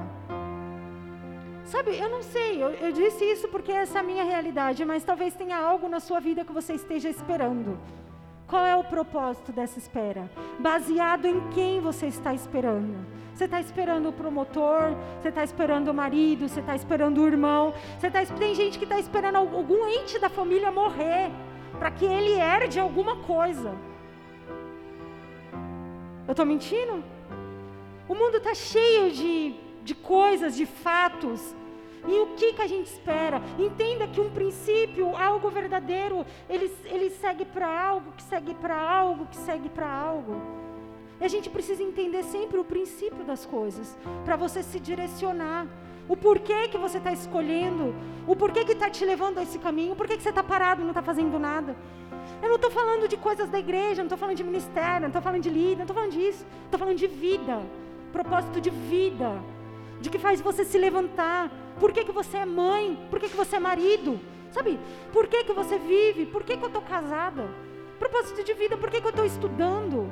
Sabe, eu não sei, eu, eu disse isso porque essa é a minha realidade, mas talvez tenha algo na sua vida que você esteja esperando. Qual é o propósito dessa espera? Baseado em quem você está esperando? Você está esperando o promotor, você está esperando o marido, você está esperando o irmão, você tá, tem gente que está esperando algum ente da família morrer, para que ele herde alguma coisa. Eu estou mentindo? O mundo está cheio de de coisas, de fatos. E o que, que a gente espera? Entenda que um princípio, algo verdadeiro, ele, ele segue para algo, que segue para algo, que segue para algo. E a gente precisa entender sempre o princípio das coisas, para você se direcionar. O porquê que você está escolhendo, o porquê que está te levando a esse caminho, o porquê que você está parado e não está fazendo nada. Eu não estou falando de coisas da igreja, não estou falando de ministério, não estou falando de líder, não estou falando disso. Estou falando de vida, propósito de vida, de que faz você se levantar. Por que que você é mãe? Por que que você é marido? Sabe? Por que que você vive? Por que que eu estou casada? Propósito de vida, por que que eu estou estudando?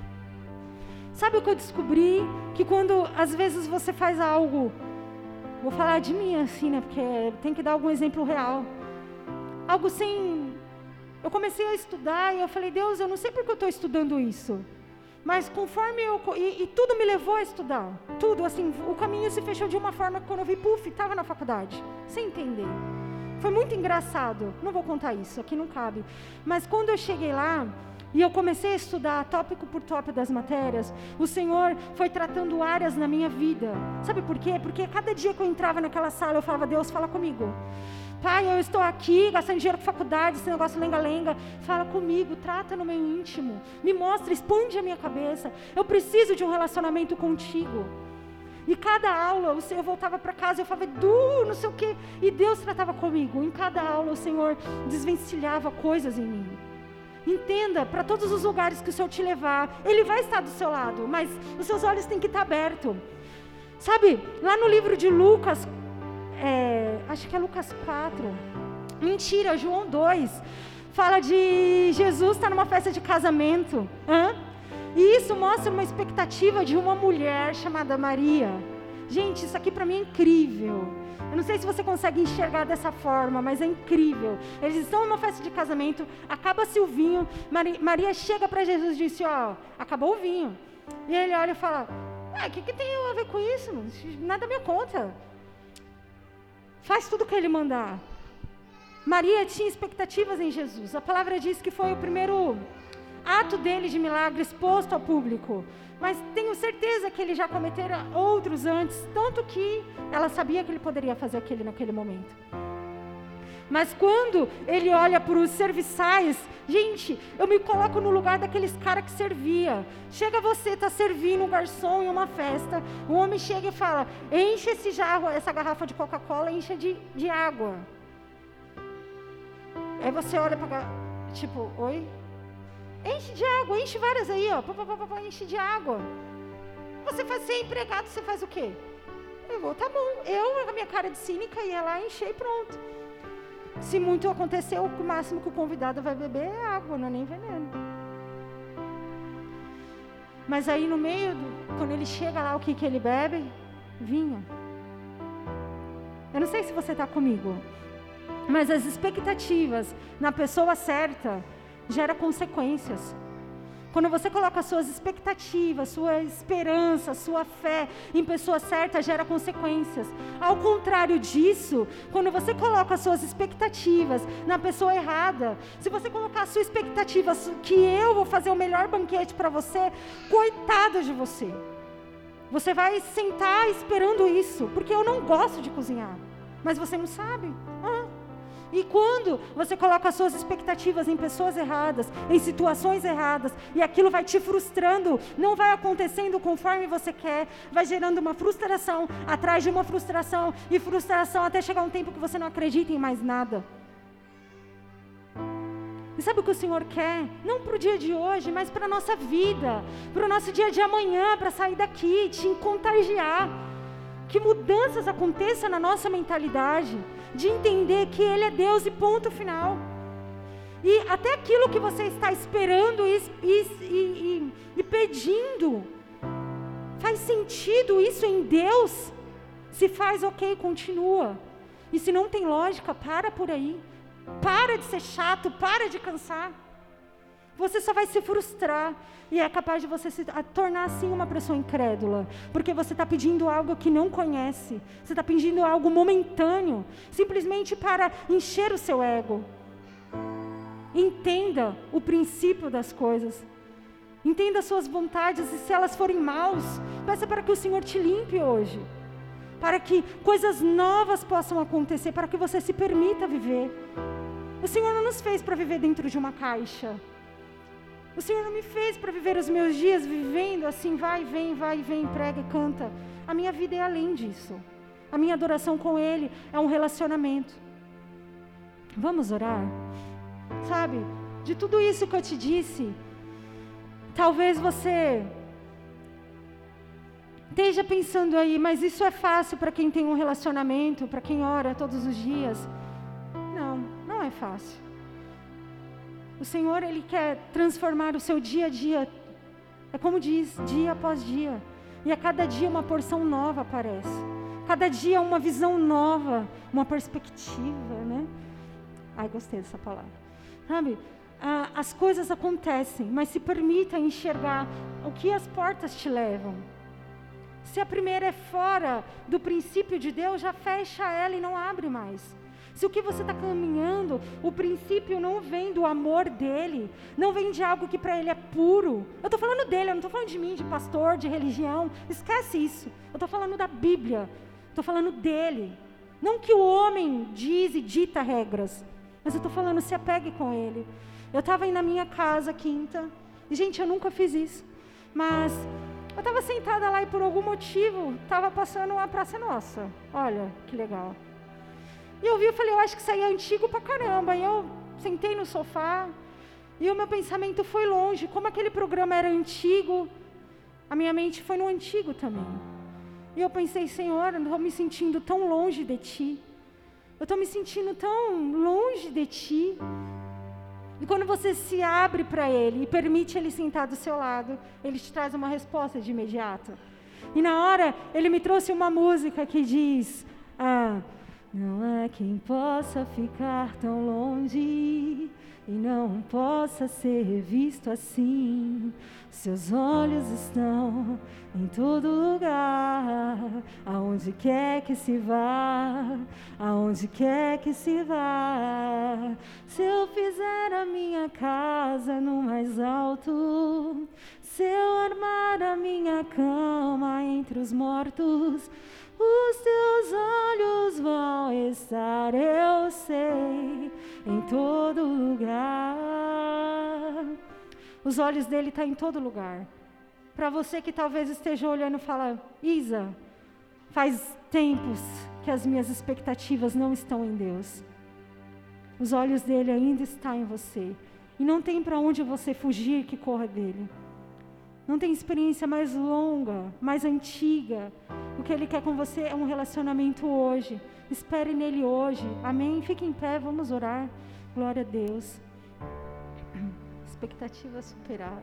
Sabe o que eu descobri? Que quando às vezes você faz algo, vou falar de mim assim, né? Porque tem que dar algum exemplo real. Algo sem... Eu comecei a estudar e eu falei, Deus, eu não sei por que eu estou estudando isso. Mas conforme eu... E, e tudo me levou a estudar. Tudo, assim, o caminho se fechou de uma forma que quando eu vi, puf, estava na faculdade. Sem entender. Foi muito engraçado. Não vou contar isso, aqui não cabe. Mas quando eu cheguei lá, e eu comecei a estudar tópico por tópico das matérias, o Senhor foi tratando áreas na minha vida. Sabe por quê? Porque cada dia que eu entrava naquela sala, eu falava, Deus, fala comigo. Pai, eu estou aqui gastando dinheiro com faculdade, esse negócio lenga-lenga. Fala comigo, trata no meu íntimo. Me mostra, expande a minha cabeça. Eu preciso de um relacionamento contigo. E cada aula, eu voltava para casa, eu falava, Edu, não sei o quê. E Deus tratava comigo. Em cada aula, o Senhor desvencilhava coisas em mim. Entenda, para todos os lugares que o Senhor te levar, Ele vai estar do seu lado, mas os seus olhos têm que estar abertos. Sabe, lá no livro de Lucas, é, acho que é Lucas quatro, mentira, João dois, fala de Jesus estar numa festa de casamento, hã? E isso mostra uma expectativa de uma mulher chamada Maria. Gente, isso aqui para mim é incrível. Eu não sei se você consegue enxergar dessa forma, mas é incrível. Eles estão numa festa de casamento, acaba-se o vinho, Maria, Maria chega para Jesus e disse, ó, acabou o vinho. E ele olha e fala, ah, o que, que tem a ver com isso? Nada me conta. Faz tudo o que ele mandar. Maria tinha expectativas em Jesus. A palavra diz que foi o primeiro ato dele de milagre exposto ao público. Mas tenho certeza que ele já cometera outros antes, tanto que ela sabia que ele poderia fazer aquele naquele momento. Mas quando ele olha para os serviçais, gente, eu me coloco no lugar daqueles caras que servia. Chega você, está servindo um garçom em uma festa, o homem chega e fala, enche esse jarro, essa garrafa de Coca-Cola, enche de, de água. Aí você olha para, tipo, oi? Enche de água, enche várias aí, ó, pá, pá, pá, pá, enche de água. Você faz ser empregado, você faz o quê? Eu vou, tá bom, eu, a minha cara de cínica, ia lá, encher e pronto. Se muito aconteceu, o máximo que o convidado vai beber é água, não é nem veneno. Mas aí no meio, do, quando ele chega lá, o que, que ele bebe? Vinho. Eu não sei se você está comigo, mas as expectativas na pessoa certa gera consequências. Quando você coloca suas expectativas, sua esperança, sua fé em pessoa certa, gera consequências. Ao contrário disso, quando você coloca suas expectativas na pessoa errada, se você colocar a sua expectativa que eu vou fazer o melhor banquete para você, coitada de você. Você vai sentar esperando isso, porque eu não gosto de cozinhar, mas você não sabe. Ah. E quando você coloca as suas expectativas em pessoas erradas, em situações erradas, e aquilo vai te frustrando, não vai acontecendo conforme você quer, vai gerando uma frustração atrás de uma frustração, e frustração até chegar um tempo que você não acredita em mais nada. E sabe o que o Senhor quer? Não para o dia de hoje, mas para a nossa vida, para o nosso dia de amanhã, para sair daqui, te contagiar. Que mudanças aconteçam na nossa mentalidade, de entender que Ele é Deus e ponto final. E até aquilo que você está esperando e, e, e, e pedindo, faz sentido isso em Deus? Se faz, ok, continua. E se não tem lógica, para por aí. Para de ser chato, para de cansar. Você só vai se frustrar e é capaz de você se tornar assim uma pessoa incrédula, porque você está pedindo algo que não conhece, você está pedindo algo momentâneo, simplesmente para encher o seu ego. Entenda o princípio das coisas, entenda as suas vontades, e se elas forem maus, peça para que o Senhor te limpe hoje. para que coisas novas possam acontecer, para que você se permita viver. O Senhor não nos fez para viver dentro de uma caixa. O Senhor não me fez para viver os meus dias vivendo assim, vai e vem, vai e vem, prega e canta. A minha vida é além disso. A minha adoração com Ele é um relacionamento. Vamos orar? Sabe, de tudo isso que eu te disse, talvez você esteja pensando aí, mas isso é fácil para quem tem um relacionamento, para quem ora todos os dias. Não, não é fácil. O Senhor, Ele quer transformar o seu dia a dia. É como diz, dia após dia. E a cada dia uma porção nova aparece. Cada dia uma visão nova, uma perspectiva, né? Ai, gostei dessa palavra. Sabe, ah, as coisas acontecem, mas se permita enxergar o que as portas te levam. Se a primeira é fora do princípio de Deus, já fecha ela e não abre mais. Se o que você está caminhando, o princípio não vem do amor dele, não vem de algo que para ele é puro. Eu estou falando dele, eu não estou falando de mim, de pastor, de religião. Esquece isso. Eu estou falando da Bíblia. Estou falando dele. Não que o homem diz e dita regras, mas eu estou falando, se apegue com ele. Eu estava aí na minha casa quinta, e gente, eu nunca fiz isso, mas eu estava sentada lá e por algum motivo estava passando uma Praça Nossa. Olha que legal. E eu vi, eu falei, eu acho que isso aí é antigo pra caramba. E eu sentei no sofá e o meu pensamento foi longe. Como aquele programa era antigo, a minha mente foi no antigo também. E eu pensei, Senhor, eu estou me sentindo tão longe de Ti. Eu estou me sentindo tão longe de Ti. E quando você se abre para Ele e permite Ele sentar do seu lado, Ele te traz uma resposta de imediato. E na hora, Ele me trouxe uma música que diz... Ah, não há quem possa ficar tão longe e não possa ser visto assim. Seus olhos estão em todo lugar, aonde quer que se vá, aonde quer que se vá. Se eu fizer a minha casa no mais alto, se eu armar a minha cama entre os mortos, os teus olhos vão estar, eu sei, em todo lugar. Os olhos dele estão em todo lugar. Para você que talvez esteja olhando e fala, Isa, faz tempos que as minhas expectativas não estão em Deus. Os olhos dele ainda estão em você. E não tem para onde você fugir que corra dele. Não tem experiência mais longa, mais antiga. O que Ele quer com você é um relacionamento hoje. Espere nele hoje. Amém? Fique em pé, vamos orar. Glória a Deus. Expectativa superada.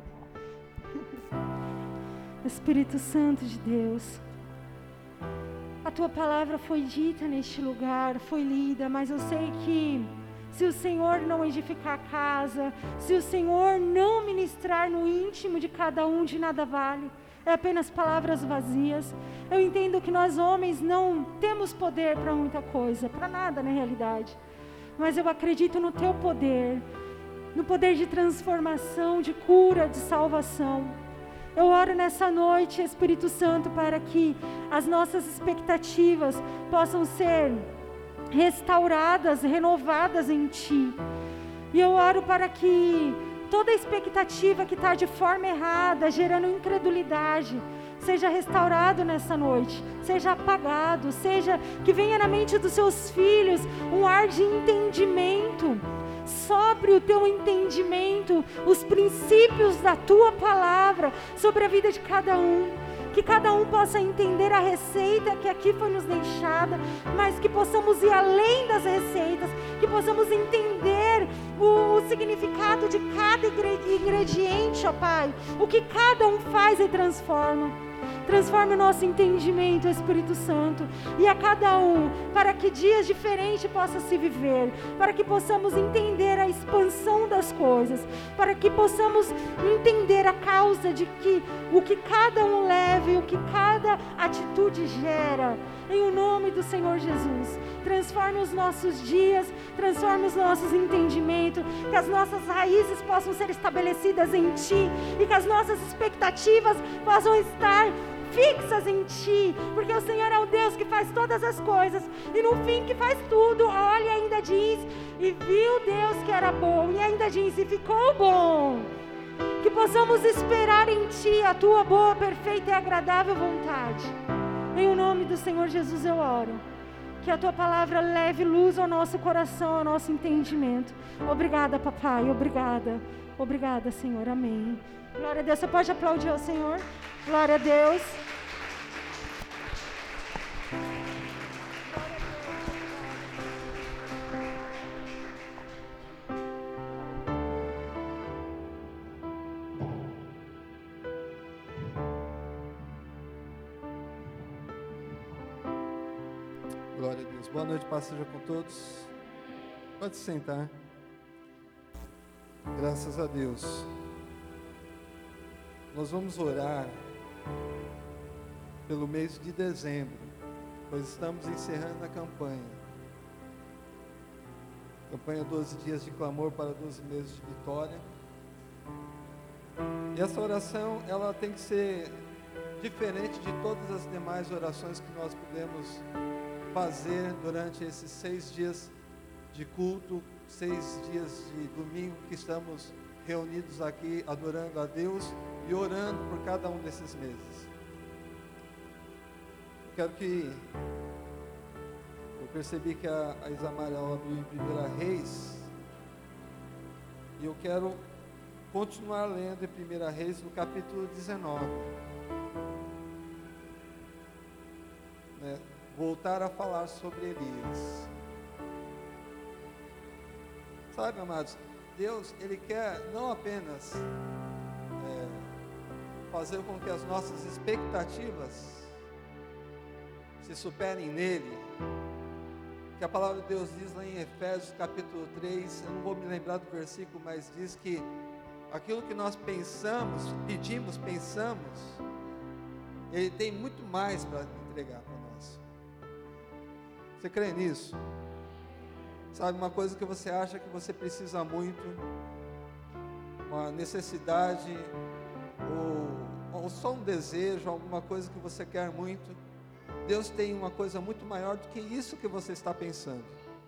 Espírito Santo de Deus, a Tua palavra foi dita neste lugar, foi lida, mas eu sei que se o Senhor não edificar a casa, se o Senhor não ministrar no íntimo de cada um, de nada vale. É apenas palavras vazias. Eu entendo que nós homens não temos poder para muita coisa, para nada na realidade. Mas eu acredito no Teu poder, no poder de transformação, de cura, de salvação. Eu oro nessa noite, Espírito Santo, para que as nossas expectativas possam ser restauradas, renovadas em Ti. E eu oro para que toda expectativa que está de forma errada, gerando incredulidade, seja restaurado nessa noite, seja apagado, seja que venha na mente dos Seus filhos um ar de entendimento. Sobre o Teu entendimento, os princípios da Tua palavra sobre a vida de cada um. Que cada um possa entender a receita que aqui foi nos deixada, mas que possamos ir além das receitas, que possamos entender o, o significado de cada ingrediente, ó Pai, o que cada um faz e transforma. Transforme o nosso entendimento, Espírito Santo, e a cada um, para que dias diferentes possam se viver, para que possamos entender a expansão das coisas, para que possamos entender a causa de que o que cada um leve, o que cada atitude gera, em o nome do Senhor Jesus. Transforme os nossos dias, transforme os nossos entendimentos, que as nossas raízes possam ser estabelecidas em Ti, e que as nossas expectativas possam estar fixas em Ti, porque o Senhor é o Deus que faz todas as coisas, e no fim que faz tudo. Olha, ainda diz, e viu Deus que era bom, e ainda diz, e ficou bom. Que possamos esperar em Ti a Tua boa, perfeita e agradável vontade. Em o nome do Senhor Jesus eu oro. Que a Tua palavra leve luz ao nosso coração, ao nosso entendimento. Obrigada, papai, obrigada. Obrigada, Senhor, amém. Glória a Deus, você pode aplaudir ao Senhor? Glória a Deus. Glória a Deus. Boa noite, paz seja com todos. Pode se sentar. Graças a Deus. Nós vamos orar pelo mês de dezembro, pois estamos encerrando a campanha. Campanha doze dias de clamor para doze meses de vitória. E essa oração, ela tem que ser diferente de todas as demais orações que nós podemos fazer durante esses seis dias de culto, seis dias de domingo que estamos reunidos aqui adorando a Deus e orando por cada um desses meses. Eu quero que eu percebi que a, a Isamara ela abriu em Primeira Reis e eu quero continuar lendo em Primeira Reis no capítulo dezenove, né? Voltar a falar sobre Elias. Sabe, amados, Deus, Ele quer não apenas é, fazer com que as nossas expectativas se superem nele, que a palavra de Deus diz lá em Efésios capítulo três, eu não vou me lembrar do versículo, mas diz que aquilo que nós pensamos, pedimos, pensamos, Ele tem muito mais para entregar para nós. Você crê nisso? Sabe, uma coisa que você acha que você precisa muito, uma necessidade, ou, ou só um desejo, alguma coisa que você quer muito, Deus tem uma coisa muito maior do que isso que você está pensando.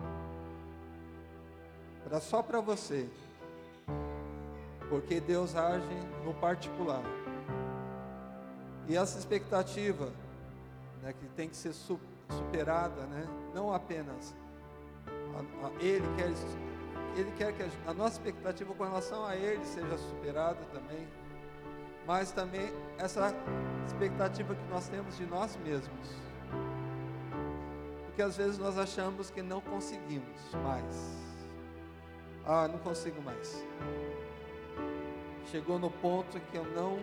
Era só para você, porque Deus age no particular. E essa expectativa, né, que tem que ser superada, superada, né? Não apenas a, a, ele quer ele quer que a, a nossa expectativa com relação a ele seja superada também, mas também essa expectativa que nós temos de nós mesmos, porque às vezes nós achamos que não conseguimos mais. Ah, não consigo mais, chegou no ponto que eu não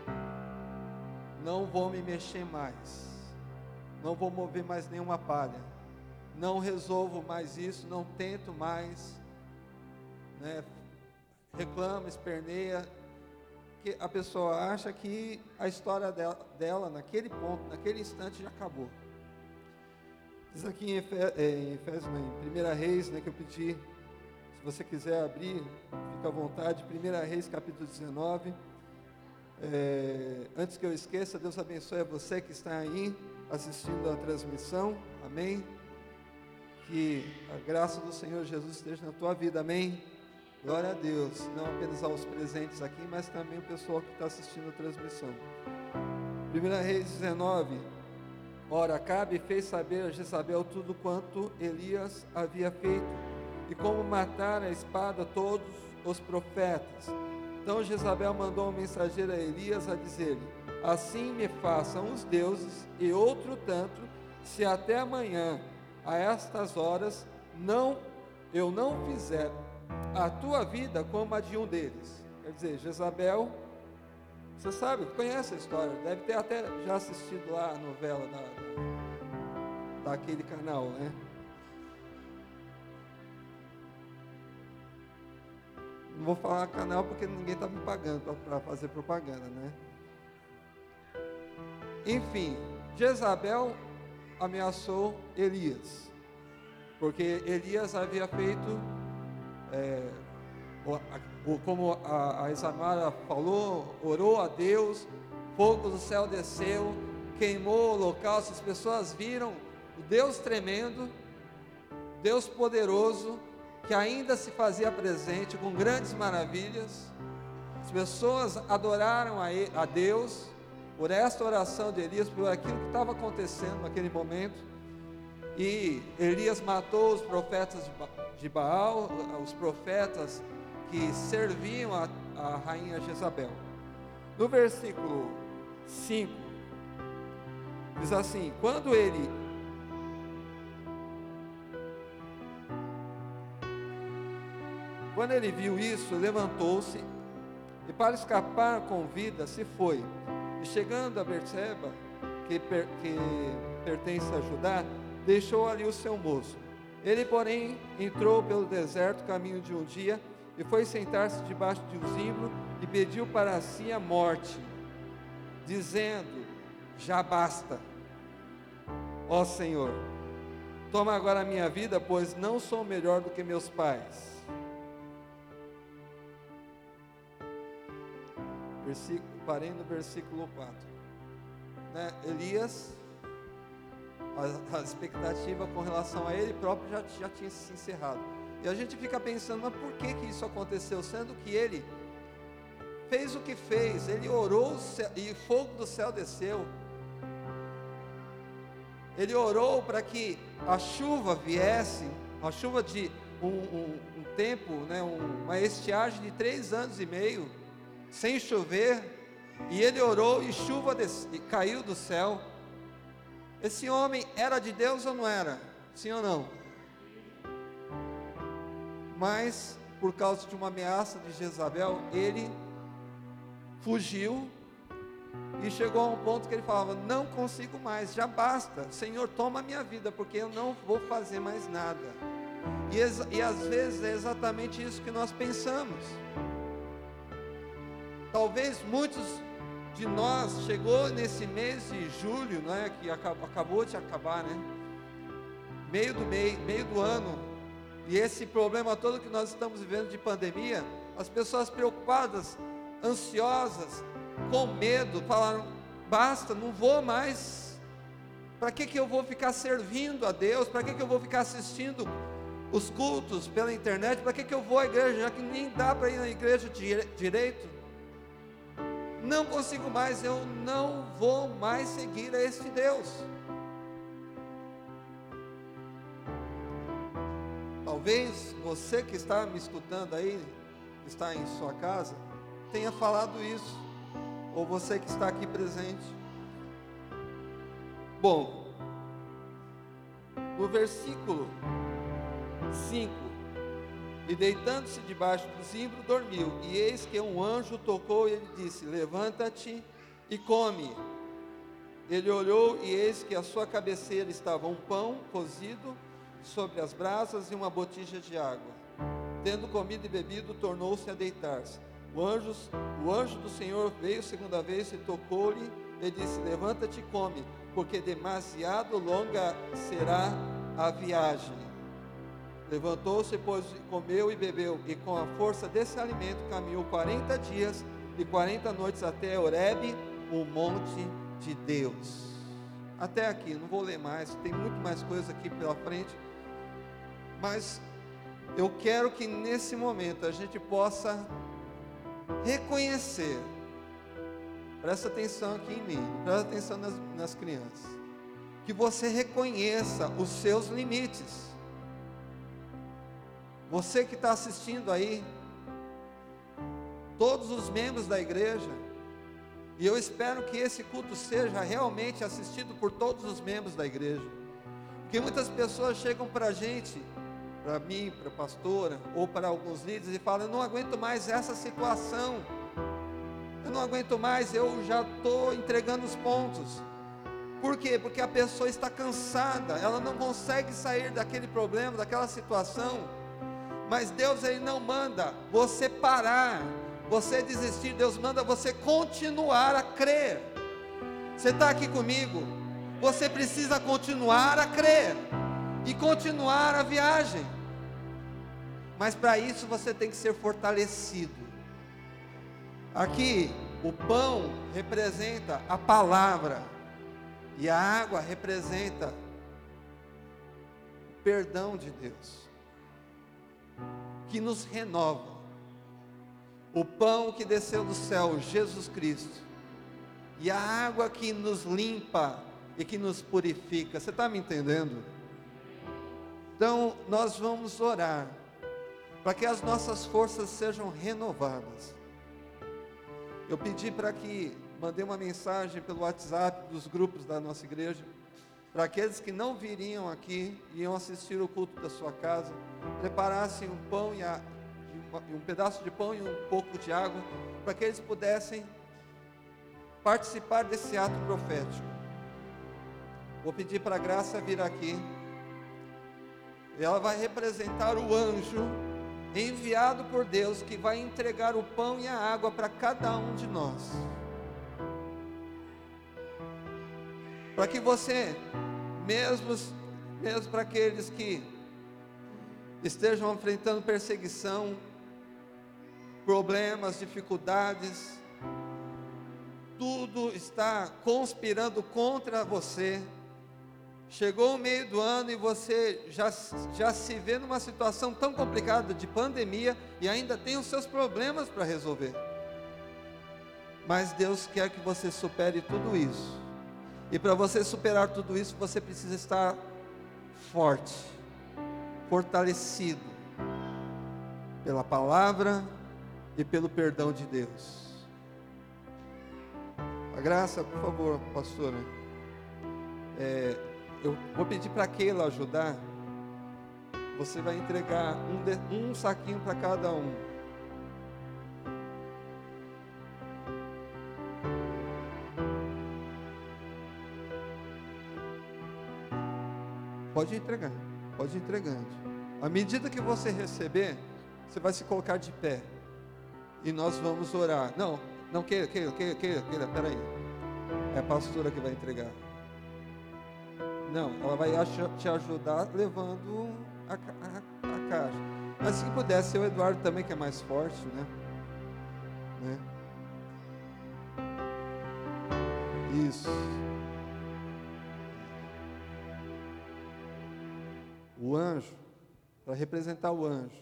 não vou me mexer mais, não vou mover mais nenhuma palha, não resolvo mais isso, não tento mais, né? Reclama, esperneia, que a pessoa acha que a história dela, dela naquele ponto, naquele instante já acabou. Diz aqui em Efésios, em Primeira Reis, né, que eu pedi, se você quiser abrir, fica à vontade, Primeira Reis capítulo dezenove, é, antes que eu esqueça, Deus abençoe a você que está aí assistindo a transmissão, amém? Que a graça do Senhor Jesus esteja na tua vida, amém? Glória a Deus, não apenas aos presentes aqui, mas também o pessoal que está assistindo a transmissão. Primeira Reis dezenove, ora, Acabe fez saber a Jezabel tudo quanto Elias havia feito, e como matar a espada todos os profetas. Então Jezabel mandou um mensageiro a Elias a dizer-lhe: assim me façam os deuses e outro tanto, se até amanhã, a estas horas, não, eu não fizer a tua vida como a de um deles. Quer dizer, Jezabel, você sabe, conhece a história, deve ter até já assistido lá a novela da, daquele canal, né? Não vou falar canal porque ninguém está me pagando para fazer propaganda, né? Enfim, Jezabel ameaçou Elias, porque Elias havia feito, é, o, o, como a, a Isamara falou, orou a Deus, fogo do céu desceu, queimou o holocausto, as pessoas viram o Deus tremendo, Deus poderoso, que ainda se fazia presente com grandes maravilhas. As pessoas adoraram a, ele, a Deus por esta oração de Elias, por aquilo que estava acontecendo naquele momento. E Elias matou os profetas de, ba de Baal, os profetas que serviam a, a rainha Jezabel. No versículo cinco, diz assim: quando ele quando ele viu isso, levantou-se e, para escapar com vida, se foi. E chegando a Berseba, que, per, que pertence a Judá, deixou ali o seu moço. Ele, porém, entrou pelo deserto, caminho de um dia, e foi sentar-se debaixo de um zimbro e pediu para si a morte, dizendo: já basta, ó Senhor, toma agora a minha vida, pois não sou melhor do que meus pais. Versículo, parei no versículo quatro. Né? Elias, a, a expectativa com relação a ele próprio já, já tinha se encerrado. E a gente fica pensando, mas por que que isso aconteceu? Sendo que ele fez o que fez, ele orou e fogo do céu desceu. Ele orou para que a chuva viesse, a chuva de um, um, um tempo, né, um, uma estiagem de três anos e meio, sem chover, e ele orou e chuva des, e caiu do céu. Esse homem era de Deus ou não era? Sim ou não? Mas, por causa de uma ameaça de Jezabel, ele fugiu e chegou a um ponto que ele falava: não consigo mais, já basta, Senhor, toma a minha vida, porque eu não vou fazer mais nada. E, e às vezes é exatamente isso que nós pensamos. Talvez muitos de nós chegou nesse mês de julho, né, que acabou, acabou de acabar, né, meio do mês, meio do ano, e esse problema todo que nós estamos vivendo de pandemia, as pessoas preocupadas, ansiosas, com medo, falaram: basta, não vou mais. Para que que eu vou ficar servindo a Deus? Para que que eu vou ficar assistindo os cultos pela internet? Para que que eu vou à igreja, já que nem dá para ir na igreja direito? Não consigo mais, eu não vou mais seguir a esse Deus. Talvez você que está me escutando aí, que está em sua casa, tenha falado isso, ou você que está aqui presente. Bom, no versículo cinco: e deitando-se debaixo do zimbro, dormiu, e eis que um anjo tocou e ele disse: levanta-te e come. Ele olhou e eis que à sua cabeceira estava um pão cozido sobre as brasas e uma botija de água. Tendo comido e bebido, tornou-se a deitar-se. O anjo, o anjo do Senhor veio segunda vez e tocou-lhe e disse: levanta-te e come, porque demasiado longa será a viagem. Levantou-se, pois comeu e bebeu, e com a força desse alimento caminhou quarenta dias e quarenta noites até Horebe, o monte de Deus. Até aqui, não vou ler mais, tem muito mais coisa aqui pela frente, mas eu quero que nesse momento a gente possa reconhecer, presta atenção aqui em mim, presta atenção nas, nas crianças, que você reconheça os seus limites. Você que está assistindo aí, todos os membros da igreja, e eu espero que esse culto seja realmente assistido por todos os membros da igreja, porque muitas pessoas chegam para a gente, para mim, para a pastora, ou para alguns líderes, e falam: eu não aguento mais essa situação, eu não aguento mais, eu já estou entregando os pontos. Por quê? Porque a pessoa está cansada, ela não consegue sair daquele problema, daquela situação. Mas Deus, Ele não manda você parar, você desistir. Deus manda você continuar a crer. Você está aqui comigo? Você precisa continuar a crer e continuar a viagem. Mas para isso você tem que ser fortalecido. Aqui o pão representa a palavra. E a água representa o perdão de Deus, que nos renova. O pão que desceu do céu, Jesus Cristo, e a água que nos limpa e que nos purifica. Você está me entendendo? Então nós vamos orar para que as nossas forças sejam renovadas. Eu pedi para que, mandei uma mensagem pelo WhatsApp dos grupos da nossa igreja, para aqueles que não viriam aqui, iam assistir o culto da sua casa, preparassem um pão e, a, e um pedaço de pão e um pouco de água, para que eles pudessem participar desse ato profético. Vou pedir para a Graça vir aqui, e ela vai representar o anjo enviado por Deus, que vai entregar o pão e a água para cada um de nós, para que você, mesmo, mesmo para aqueles que estejam enfrentando perseguição, problemas, dificuldades, tudo está conspirando contra você. Chegou o meio do ano e você já, já se vê numa situação tão complicada de pandemia e ainda tem os seus problemas para resolver. Mas Deus quer que você supere tudo isso. E para você superar tudo isso, você precisa estar forte, fortalecido pela palavra e pelo perdão de Deus. A Graça, por favor, pastora. É, eu vou pedir para a Keila ajudar. Você vai entregar um, de, um saquinho para cada um. Pode entregar, pode ir entregando. À medida que você receber, você vai se colocar de pé. E nós vamos orar. Não, não, Keila, Keila, Keila, Keila, Keila, peraí. É a pastora que vai entregar. Não, ela vai te ajudar levando a, a, a caixa. Mas se pudesse, o Eduardo também, que é mais forte, né? né? Isso. O anjo, para representar o anjo.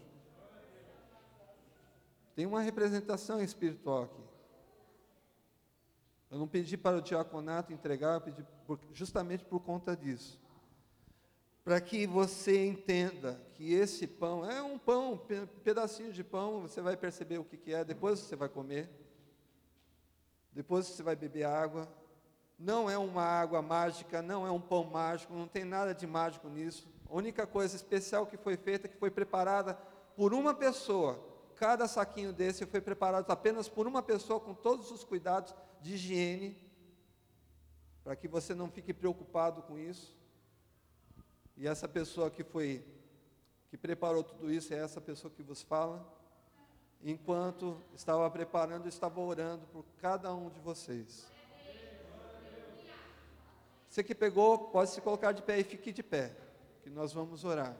Tem uma representação espiritual aqui. Eu não pedi para o diaconato entregar, eu pedi por, justamente por conta disso. Para que você entenda que esse pão é um pão, um pedacinho de pão, você vai perceber o que, que é, depois você vai comer, depois você vai beber água. Não é uma água mágica, não é um pão mágico, não tem nada de mágico nisso. A única coisa especial que foi feita, que foi preparada por uma pessoa. Cada saquinho desse foi preparado apenas por uma pessoa, com todos os cuidados de higiene, para que você não fique preocupado com isso. E essa pessoa que foi, que preparou tudo isso, é essa pessoa que vos fala. Enquanto estava preparando, estava orando por cada um de vocês. Você que pegou, pode se colocar de pé e fique de pé, que nós vamos orar.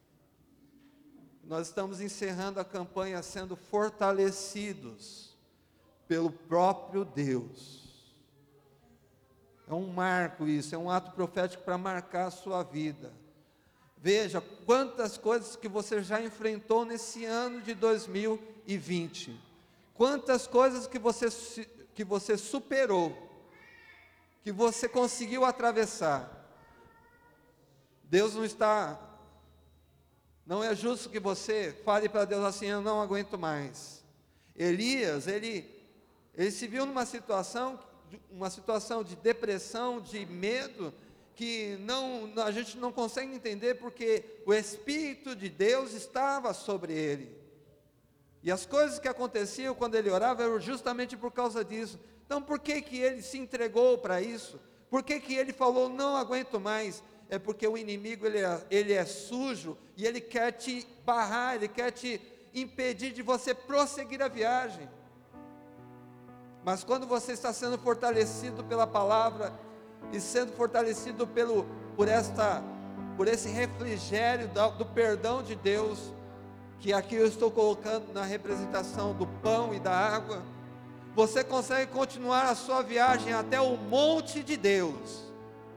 Nós estamos encerrando a campanha sendo fortalecidos pelo próprio Deus. É um marco isso, é um ato profético para marcar a sua vida. Veja quantas coisas que você já enfrentou nesse ano de dois mil e vinte. Quantas coisas que você, que você superou, que você conseguiu atravessar. Deus não está... Não é justo que você fale para Deus assim, eu não aguento mais. Elias, ele, ele se viu numa situação, uma situação de depressão, de medo, que não, a gente não consegue entender, porque o Espírito de Deus estava sobre ele. E as coisas que aconteciam quando ele orava eram justamente por causa disso. Então por que que ele se entregou para isso? Por que que ele falou, não aguento mais? É porque o inimigo ele é, ele é sujo e ele quer te barrar, ele quer te impedir de você prosseguir a viagem. Mas quando você está sendo fortalecido pela palavra e sendo fortalecido pelo, por, esta, por esse refrigério do, do perdão de Deus, que aqui eu estou colocando na representação do pão e da água, você consegue continuar a sua viagem até o monte de Deus.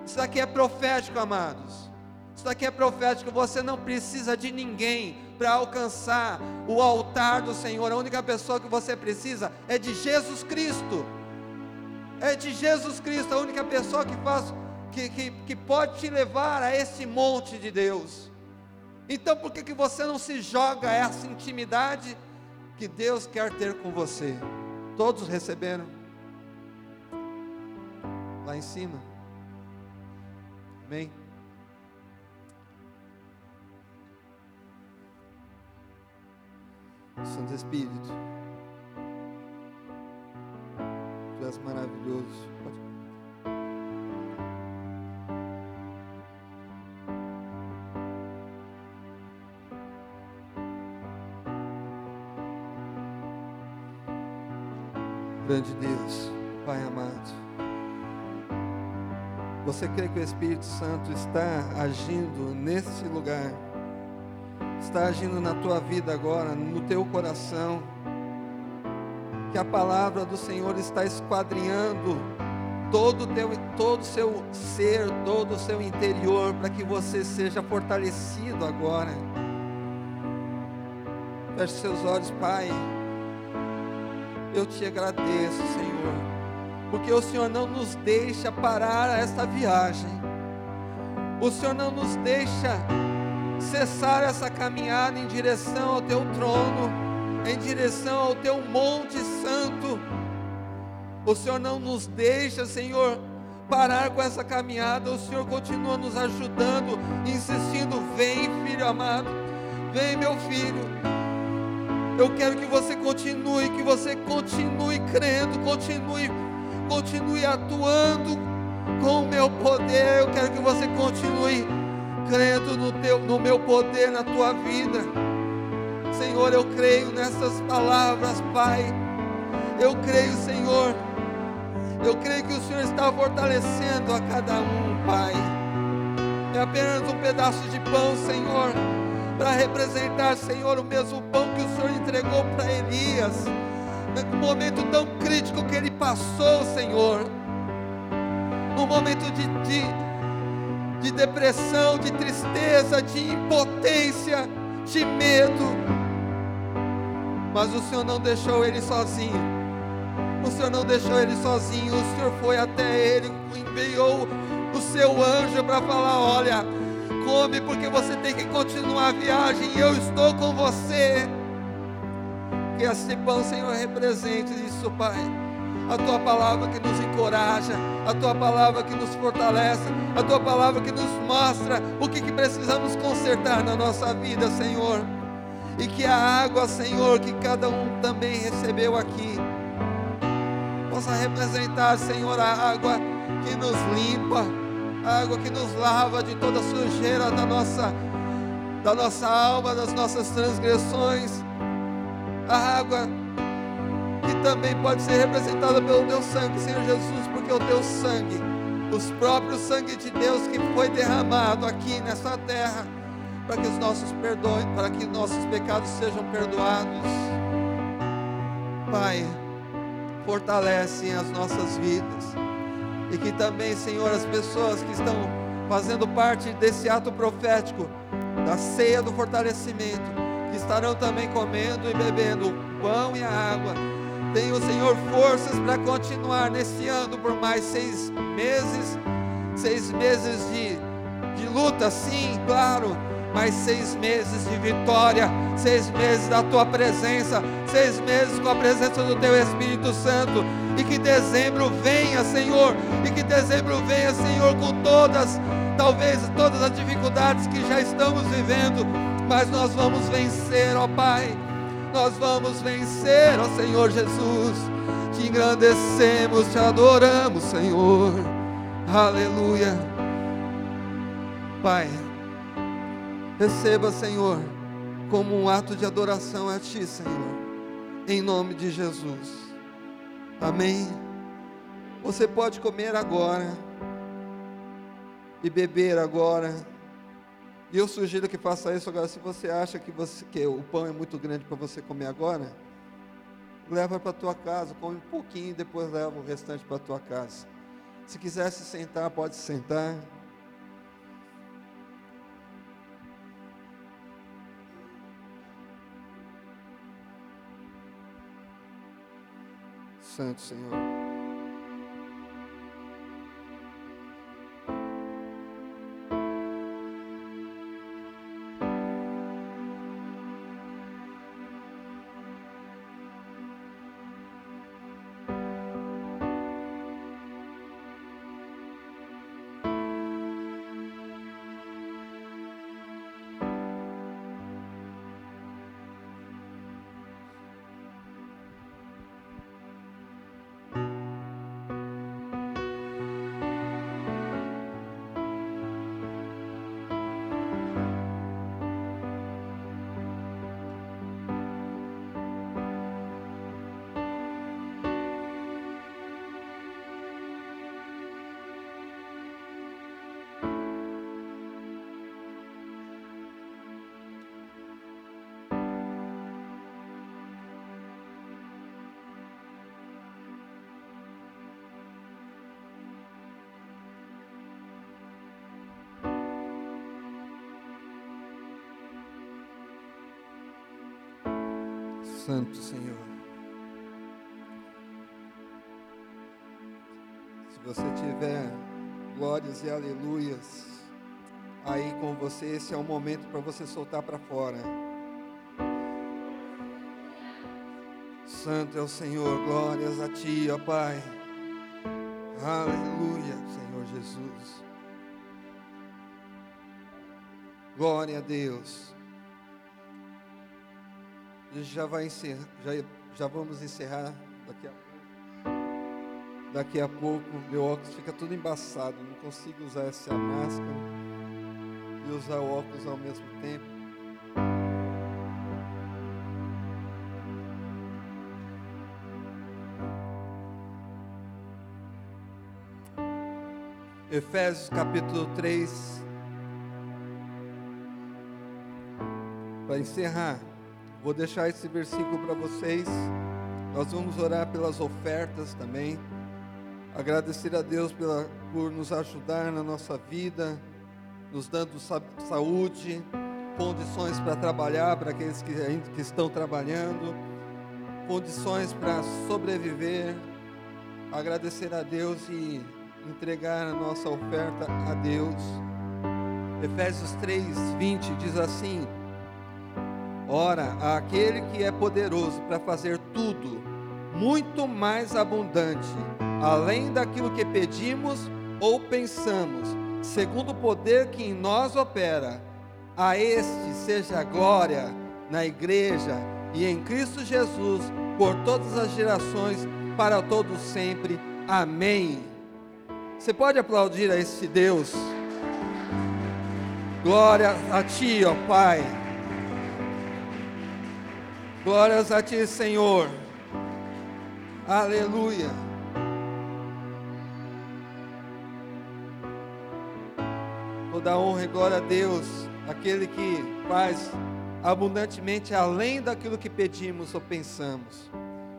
Isso aqui é profético, amados. Isso aqui é profético. Você não precisa de ninguém para alcançar o altar do Senhor. A única pessoa que você precisa é de Jesus Cristo. É de Jesus Cristo, a única pessoa que faz, que, que, que pode te levar a esse monte de Deus. Então por que, que você não se joga a essa intimidade que Deus quer ter com você? Todos receberam? Lá em cima? Amém? Santo Espírito, Tu és maravilhoso. Pode... Grande Deus, Pai amado, você crê que o Espírito Santo está agindo nesse lugar? Está agindo na tua vida agora, no teu coração, que a palavra do Senhor está esquadrinhando todo o teu, todo o seu ser, todo o seu interior, para que você seja fortalecido agora. Feche seus olhos, Pai. Eu te agradeço, Senhor, porque o Senhor não nos deixa parar esta viagem, o Senhor não nos deixa cessar essa caminhada em direção ao teu trono, em direção ao teu monte santo. O Senhor não nos deixa, Senhor, parar com essa caminhada. O Senhor continua nos ajudando, insistindo: vem, filho amado, vem, meu filho. Eu quero que você continue, que você continue crendo, continue, continue atuando com o meu poder. Eu quero que você continue crendo no, teu, no meu poder, na tua vida. Senhor, eu creio nessas palavras, Pai. Eu creio, Senhor. Eu creio que o Senhor está fortalecendo a cada um, Pai. É apenas um pedaço de pão, Senhor, para representar, Senhor, o mesmo pão que o Senhor entregou para Elias, no momento tão crítico que ele passou, Senhor, no momento de, de, de depressão, de tristeza, de impotência, de medo. Mas o Senhor não deixou ele sozinho. O Senhor não deixou ele sozinho. O Senhor foi até ele, enviou o seu anjo para falar: olha, come, porque você tem que continuar a viagem, e eu estou com você. Que esse pão, Senhor, represente isso, Pai. A tua palavra que nos encoraja, a tua palavra que nos fortalece, a tua palavra que nos mostra o que, que precisamos consertar na nossa vida, Senhor. E que a água, Senhor, que cada um também recebeu aqui, possa representar, Senhor, a água que nos limpa, a água que nos lava de toda a sujeira da nossa, da nossa alma, das nossas transgressões, a água que também pode ser representada pelo teu sangue, Senhor Jesus, porque o teu sangue, os próprios sangue de Deus que foi derramado aqui nessa terra, para que os nossos perdões, para que nossos pecados sejam perdoados. Pai, fortalece as nossas vidas, e que também, Senhor, as pessoas que estão fazendo parte desse ato profético, da ceia do fortalecimento, que estarão também comendo e bebendo o pão e a água, tenham, Senhor, forças para continuar nesse ano por mais seis meses, seis meses de, de luta, sim, claro, mais seis meses de vitória, seis meses da tua presença, seis meses com a presença do teu Espírito Santo. E que dezembro venha, Senhor, e que dezembro venha, Senhor, com todas, talvez todas as dificuldades que já estamos vivendo, mas nós vamos vencer, ó Pai, nós vamos vencer, ó Senhor Jesus. Te engrandecemos, te adoramos, Senhor, aleluia. Pai, receba, Senhor, como um ato de adoração a Ti, Senhor, em nome de Jesus. Amém. Você pode comer agora e beber agora. E eu sugiro que faça isso agora. Se você acha que, você, que o pão é muito grande para você comer agora, leva para a tua casa, come um pouquinho e depois leva o restante para a tua casa. Se quiser se sentar, pode se sentar. Santo Senhor. Santo Senhor. Se você tiver glórias e aleluias aí com você, esse é o momento para você soltar para fora. Santo é o Senhor, glórias a Ti, ó Pai. Aleluia, Senhor Jesus. Glória a Deus. A gente já vai encerrar, já, já vamos encerrar daqui a pouco. Daqui a pouco, meu óculos fica tudo embaçado, não consigo usar essa máscara e usar o óculos ao mesmo tempo. Efésios capítulo três. Para encerrar, vou deixar esse versículo para vocês. Nós vamos orar pelas ofertas também. Agradecer a Deus pela, por nos ajudar na nossa vida, nos dando sa- saúde, condições para trabalhar, para aqueles que ainda que estão trabalhando, condições para sobreviver. Agradecer a Deus e entregar a nossa oferta a Deus. Efésios três, vinte diz assim: ora, aquele que é poderoso para fazer tudo, muito mais abundante, além daquilo que pedimos ou pensamos, segundo o poder que em nós opera, a este seja a glória na igreja e em Cristo Jesus, por todas as gerações, para todos sempre. Amém. Você pode aplaudir a esse Deus? Glória a Ti, ó Pai. Glórias a Ti, Senhor. Aleluia. Toda honra e glória a Deus, aquele que faz abundantemente além daquilo que pedimos ou pensamos.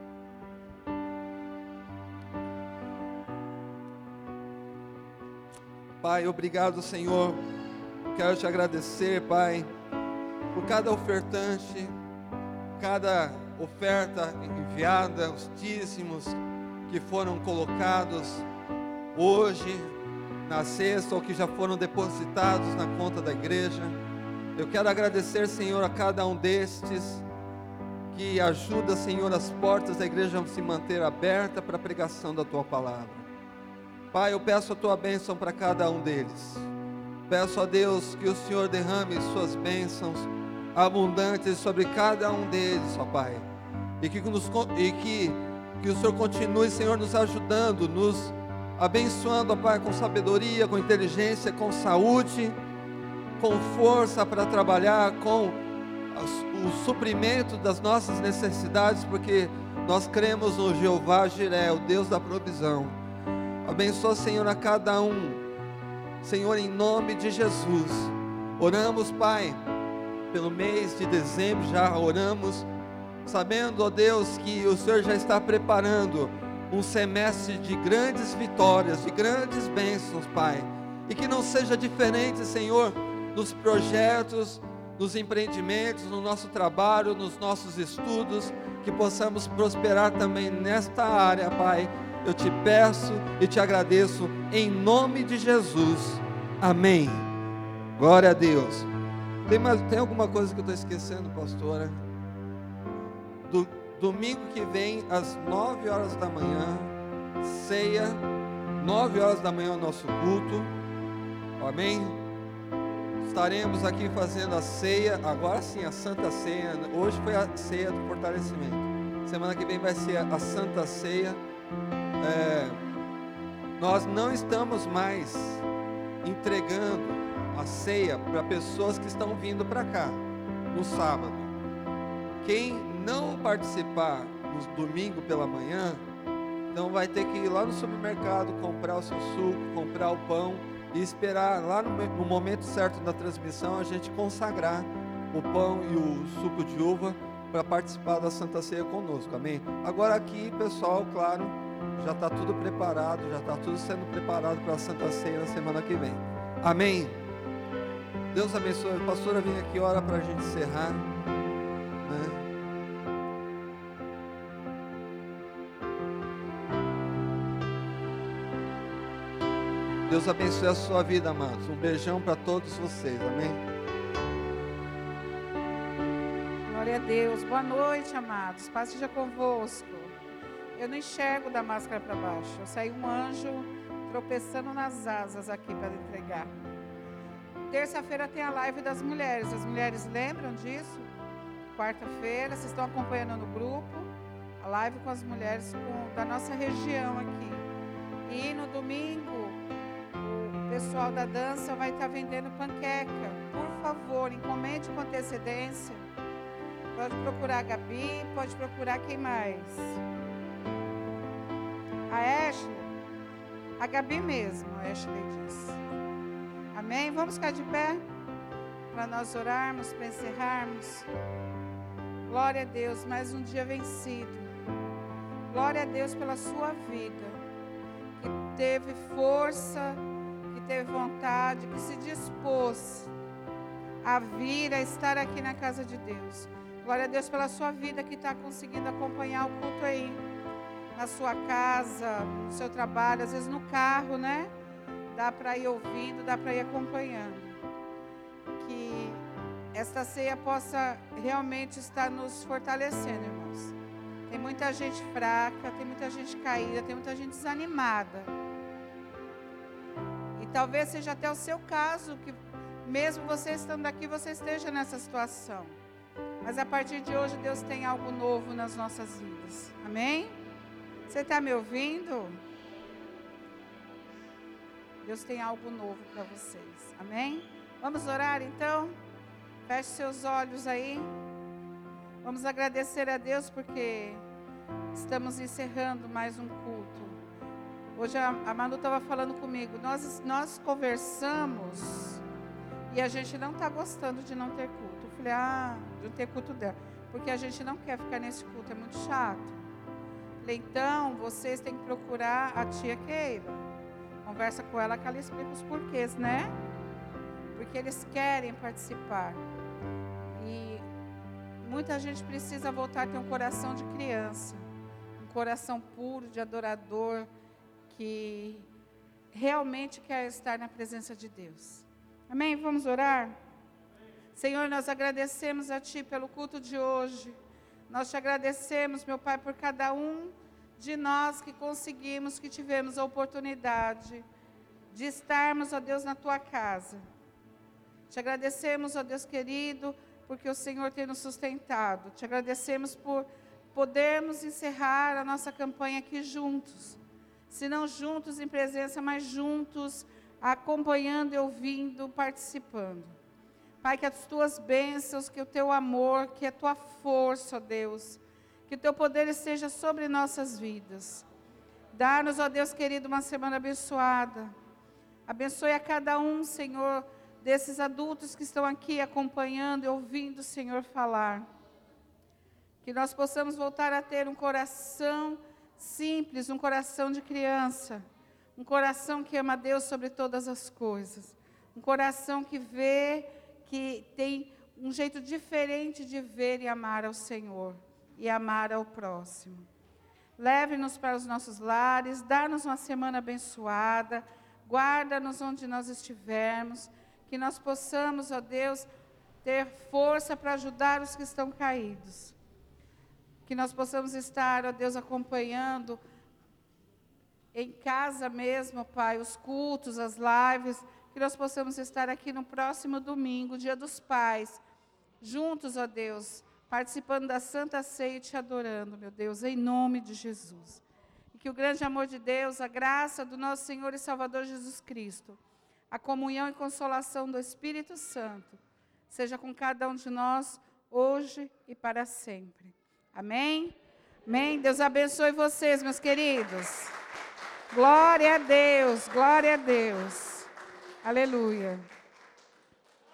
Pai, obrigado, Senhor. Quero te agradecer, Pai, por cada ofertante, cada oferta enviada, os dízimos que foram colocados hoje na cesta ou que já foram depositados na conta da igreja. Eu quero agradecer, Senhor, a cada um destes que ajuda, Senhor, as portas da igreja a se manter aberta para a pregação da Tua palavra. Pai, eu peço a Tua bênção para cada um deles. Peço a Deus que o Senhor derrame Suas bênçãos abundantes sobre cada um deles, ó Pai. E que, nos, e que, que o Senhor continue, Senhor, nos ajudando, nos abençoando, ó Pai, com sabedoria, com inteligência, com saúde, com força para trabalhar, com o suprimento das nossas necessidades, porque nós cremos no Jeová Jiré, o Deus da provisão. Abençoa, Senhor, a cada um, Senhor, em nome de Jesus. Oramos, Pai, pelo mês de dezembro, já oramos, sabendo, ó Deus, que o Senhor já está preparando um semestre de grandes vitórias, de grandes bênçãos, Pai. E que não seja diferente, Senhor, nos projetos, nos empreendimentos, no nosso trabalho, nos nossos estudos, que possamos prosperar também nesta área, Pai. Eu te peço e te agradeço em nome de Jesus. Amém. Glória a Deus. Tem, mais, tem alguma coisa que eu estou esquecendo, pastora? Do, domingo que vem, às nove horas da manhã, ceia, nove horas da manhã, o nosso culto. Amém? Estaremos aqui fazendo a ceia, agora sim, a Santa Ceia. Hoje foi a ceia do fortalecimento. Semana que vem vai ser a Santa Ceia. É, nós não estamos mais entregando a ceia para pessoas que estão vindo para cá no sábado. Quem não participar no domingo pela manhã, então vai ter que ir lá no supermercado, comprar o seu suco, comprar o pão e esperar lá no, no momento certo da transmissão a gente consagrar o pão e o suco de uva para participar da Santa Ceia conosco, amém? Agora aqui, pessoal, claro, já está tudo preparado, já está tudo sendo preparado para a Santa Ceia na semana que vem, amém? Deus abençoe. A pastora vem aqui, ora para a gente encerrar, né? Deus abençoe a sua vida, amados. Um beijão para todos vocês, amém? Glória a Deus. Boa noite, amados. Paz seja convosco. Eu não enxergo da máscara para baixo. Eu saí um anjo tropeçando nas asas aqui para entregar. Terça-feira tem a live das mulheres. As mulheres lembram disso? Quarta-feira, vocês estão acompanhando no grupo a live com as mulheres com, da nossa região aqui. E no domingo, o pessoal da dança vai estar vendendo panqueca. Por favor, encomende com antecedência. Pode procurar a Gabi, pode procurar quem mais? A Ashley? A Gabi mesmo, a Ashley disse. Amém? Vamos ficar de pé para nós orarmos, para encerrarmos. Glória a Deus, mais um dia vencido. Glória a Deus pela sua vida, que teve força, que teve vontade, que se dispôs a vir, a estar aqui na casa de Deus. Glória a Deus pela sua vida, que está conseguindo acompanhar o culto aí, na sua casa, no seu trabalho, às vezes no carro, né? Dá para ir ouvindo, dá para ir acompanhando. Que esta ceia possa realmente estar nos fortalecendo, irmãos. Tem muita gente fraca, tem muita gente caída, tem muita gente desanimada. E talvez seja até o seu caso, que mesmo você estando aqui, você esteja nessa situação. Mas a partir de hoje, Deus tem algo novo nas nossas vidas. Amém? Você está me ouvindo? Deus tem algo novo para vocês. Amém? Vamos orar então? Feche seus olhos aí. Vamos agradecer a Deus porque estamos encerrando mais um culto. Hoje a, a Manu estava falando comigo. Nós, nós conversamos e a gente não está gostando de não ter culto. Eu falei, ah, de não ter culto dela. Porque a gente não quer ficar nesse culto, é muito chato. Eu falei, então, vocês têm que procurar a tia Keila. Conversa com ela que ela explica os porquês, né? Porque eles querem participar. E muita gente precisa voltar a ter um coração de criança. Um coração puro, de adorador, que realmente quer estar na presença de Deus. Amém? Vamos orar? Senhor, nós agradecemos a Ti pelo culto de hoje. Nós te agradecemos, meu Pai, por cada um de nós que conseguimos, que tivemos a oportunidade de estarmos, ó Deus, na Tua casa. Te agradecemos, ó Deus querido, porque o Senhor tem nos sustentado. Te agradecemos por podermos encerrar a nossa campanha aqui juntos. Se não juntos em presença, mas juntos, acompanhando e ouvindo, participando. Pai, que as Tuas bênçãos, que o Teu amor, que a Tua força, ó Deus, que o Teu poder esteja sobre nossas vidas. Dá-nos, ó Deus querido, uma semana abençoada. Abençoe a cada um, Senhor, desses adultos que estão aqui acompanhando e ouvindo o Senhor falar. Que nós possamos voltar a ter um coração simples, um coração de criança, um coração que ama Deus sobre todas as coisas, um coração que vê, que tem um jeito diferente de ver e amar ao Senhor e amar ao próximo. Leve-nos para os nossos lares, dá-nos uma semana abençoada, guarda-nos onde nós estivermos, que nós possamos, ó Deus, ter força para ajudar os que estão caídos. Que nós possamos estar, ó Deus, acompanhando em casa mesmo, Pai, os cultos, as lives, que nós possamos estar aqui no próximo domingo, Dia dos Pais, juntos, ó Deus, participando da Santa Ceia e te adorando, meu Deus, em nome de Jesus. E que o grande amor de Deus, a graça do nosso Senhor e Salvador Jesus Cristo, a comunhão e consolação do Espírito Santo, seja com cada um de nós, hoje e para sempre. Amém? Amém? Deus abençoe vocês, meus queridos. Glória a Deus, glória a Deus. Aleluia.